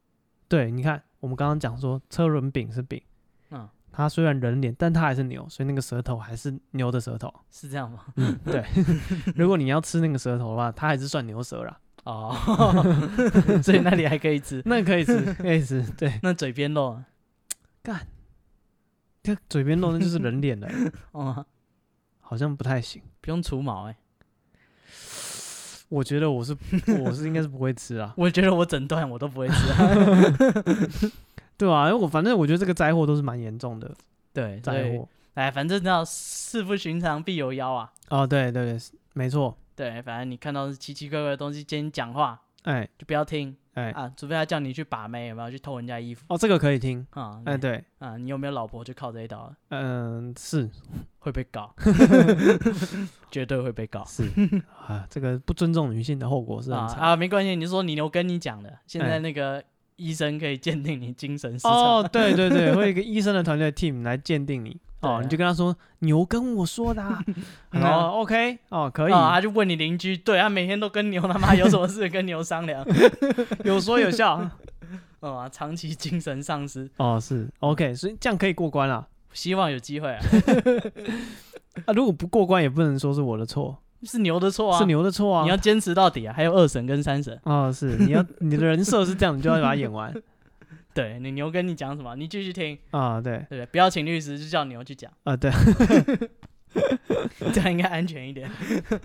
对，你看我们刚刚讲说车轮饼是饼，嗯，它虽然人脸，但它还是牛，所以那个舌头还是牛的舌头， 是这样吗？ 嗯，对。如果你要吃那个舌头的话，它还是算牛舌啦。哦， 所以那里还可以吃， 那可以吃，可以吃，对。 那嘴边肉， 干，这嘴边肉那就是人脸了，哦，好像不太行， 不用除毛哎、欸。 我觉得我是我是应该是不会吃啊， 我觉得我整段我都不会吃啊， 对啊，因为我反正我觉得这个灾祸都是蛮严重的， 对， 灾祸， 哎，反正知道事不寻常必有妖啊， 哦，对对对，没错。 对，反正你看到是奇奇怪怪的东西，今天讲话，哎，就不要听，哎啊，除非他叫你去把妹，有没有去偷人家衣服？ 哦，这个可以听啊， 哎，对， 啊，你有没有老婆就靠这一刀？ 嗯，是会被告，绝对会被告， 是啊，这个不尊重女性的后果是很惨啊，没关系，你就说你牛跟你讲的，现在那个医生可以鉴定你精神失常。 哦，对对对，会有一个医生的团队 team 来鉴定你。哦，你就跟他说牛跟我说的、啊，哦 ，OK， 哦，可以、 哦，他就问你邻居，对他每天都跟牛他妈有什么事跟牛商量， 有说有笑， 哦，长期精神丧失， 哦，是 OK， 所以这样可以过关了， 希望有机会啊。 啊，如果不过关也不能说是我的错， 是牛的错啊， 是牛的错啊， 你要坚持到底啊，还有二审跟三审， 哦，是，你要你的人设是这样，你就要把它演完。 对，你牛跟你讲什么，你继续听啊，对对，不要请律师，就叫牛去讲啊，对， 这样应该安全一点。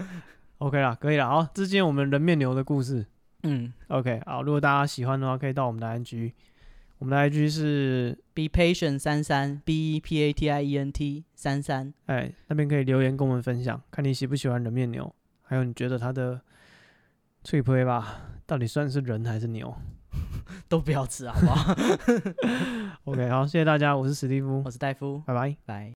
OK 啦，可以了，好，这是今天我们人面牛的故事。 嗯 ，OK， 好，如果大家喜欢的话，可以到我们的 I G， 我们的 I G 是 be patient 三三 b e p a t i e n t 三三， 哎，那边可以留言跟我们分享，看你喜不喜欢人面牛，还有你觉得它的脆胚吧，到底算是人还是牛？ 都不要吃，好不好？ OK， 好，谢谢大家，我是史蒂夫， 我是戴夫， 拜拜， 拜。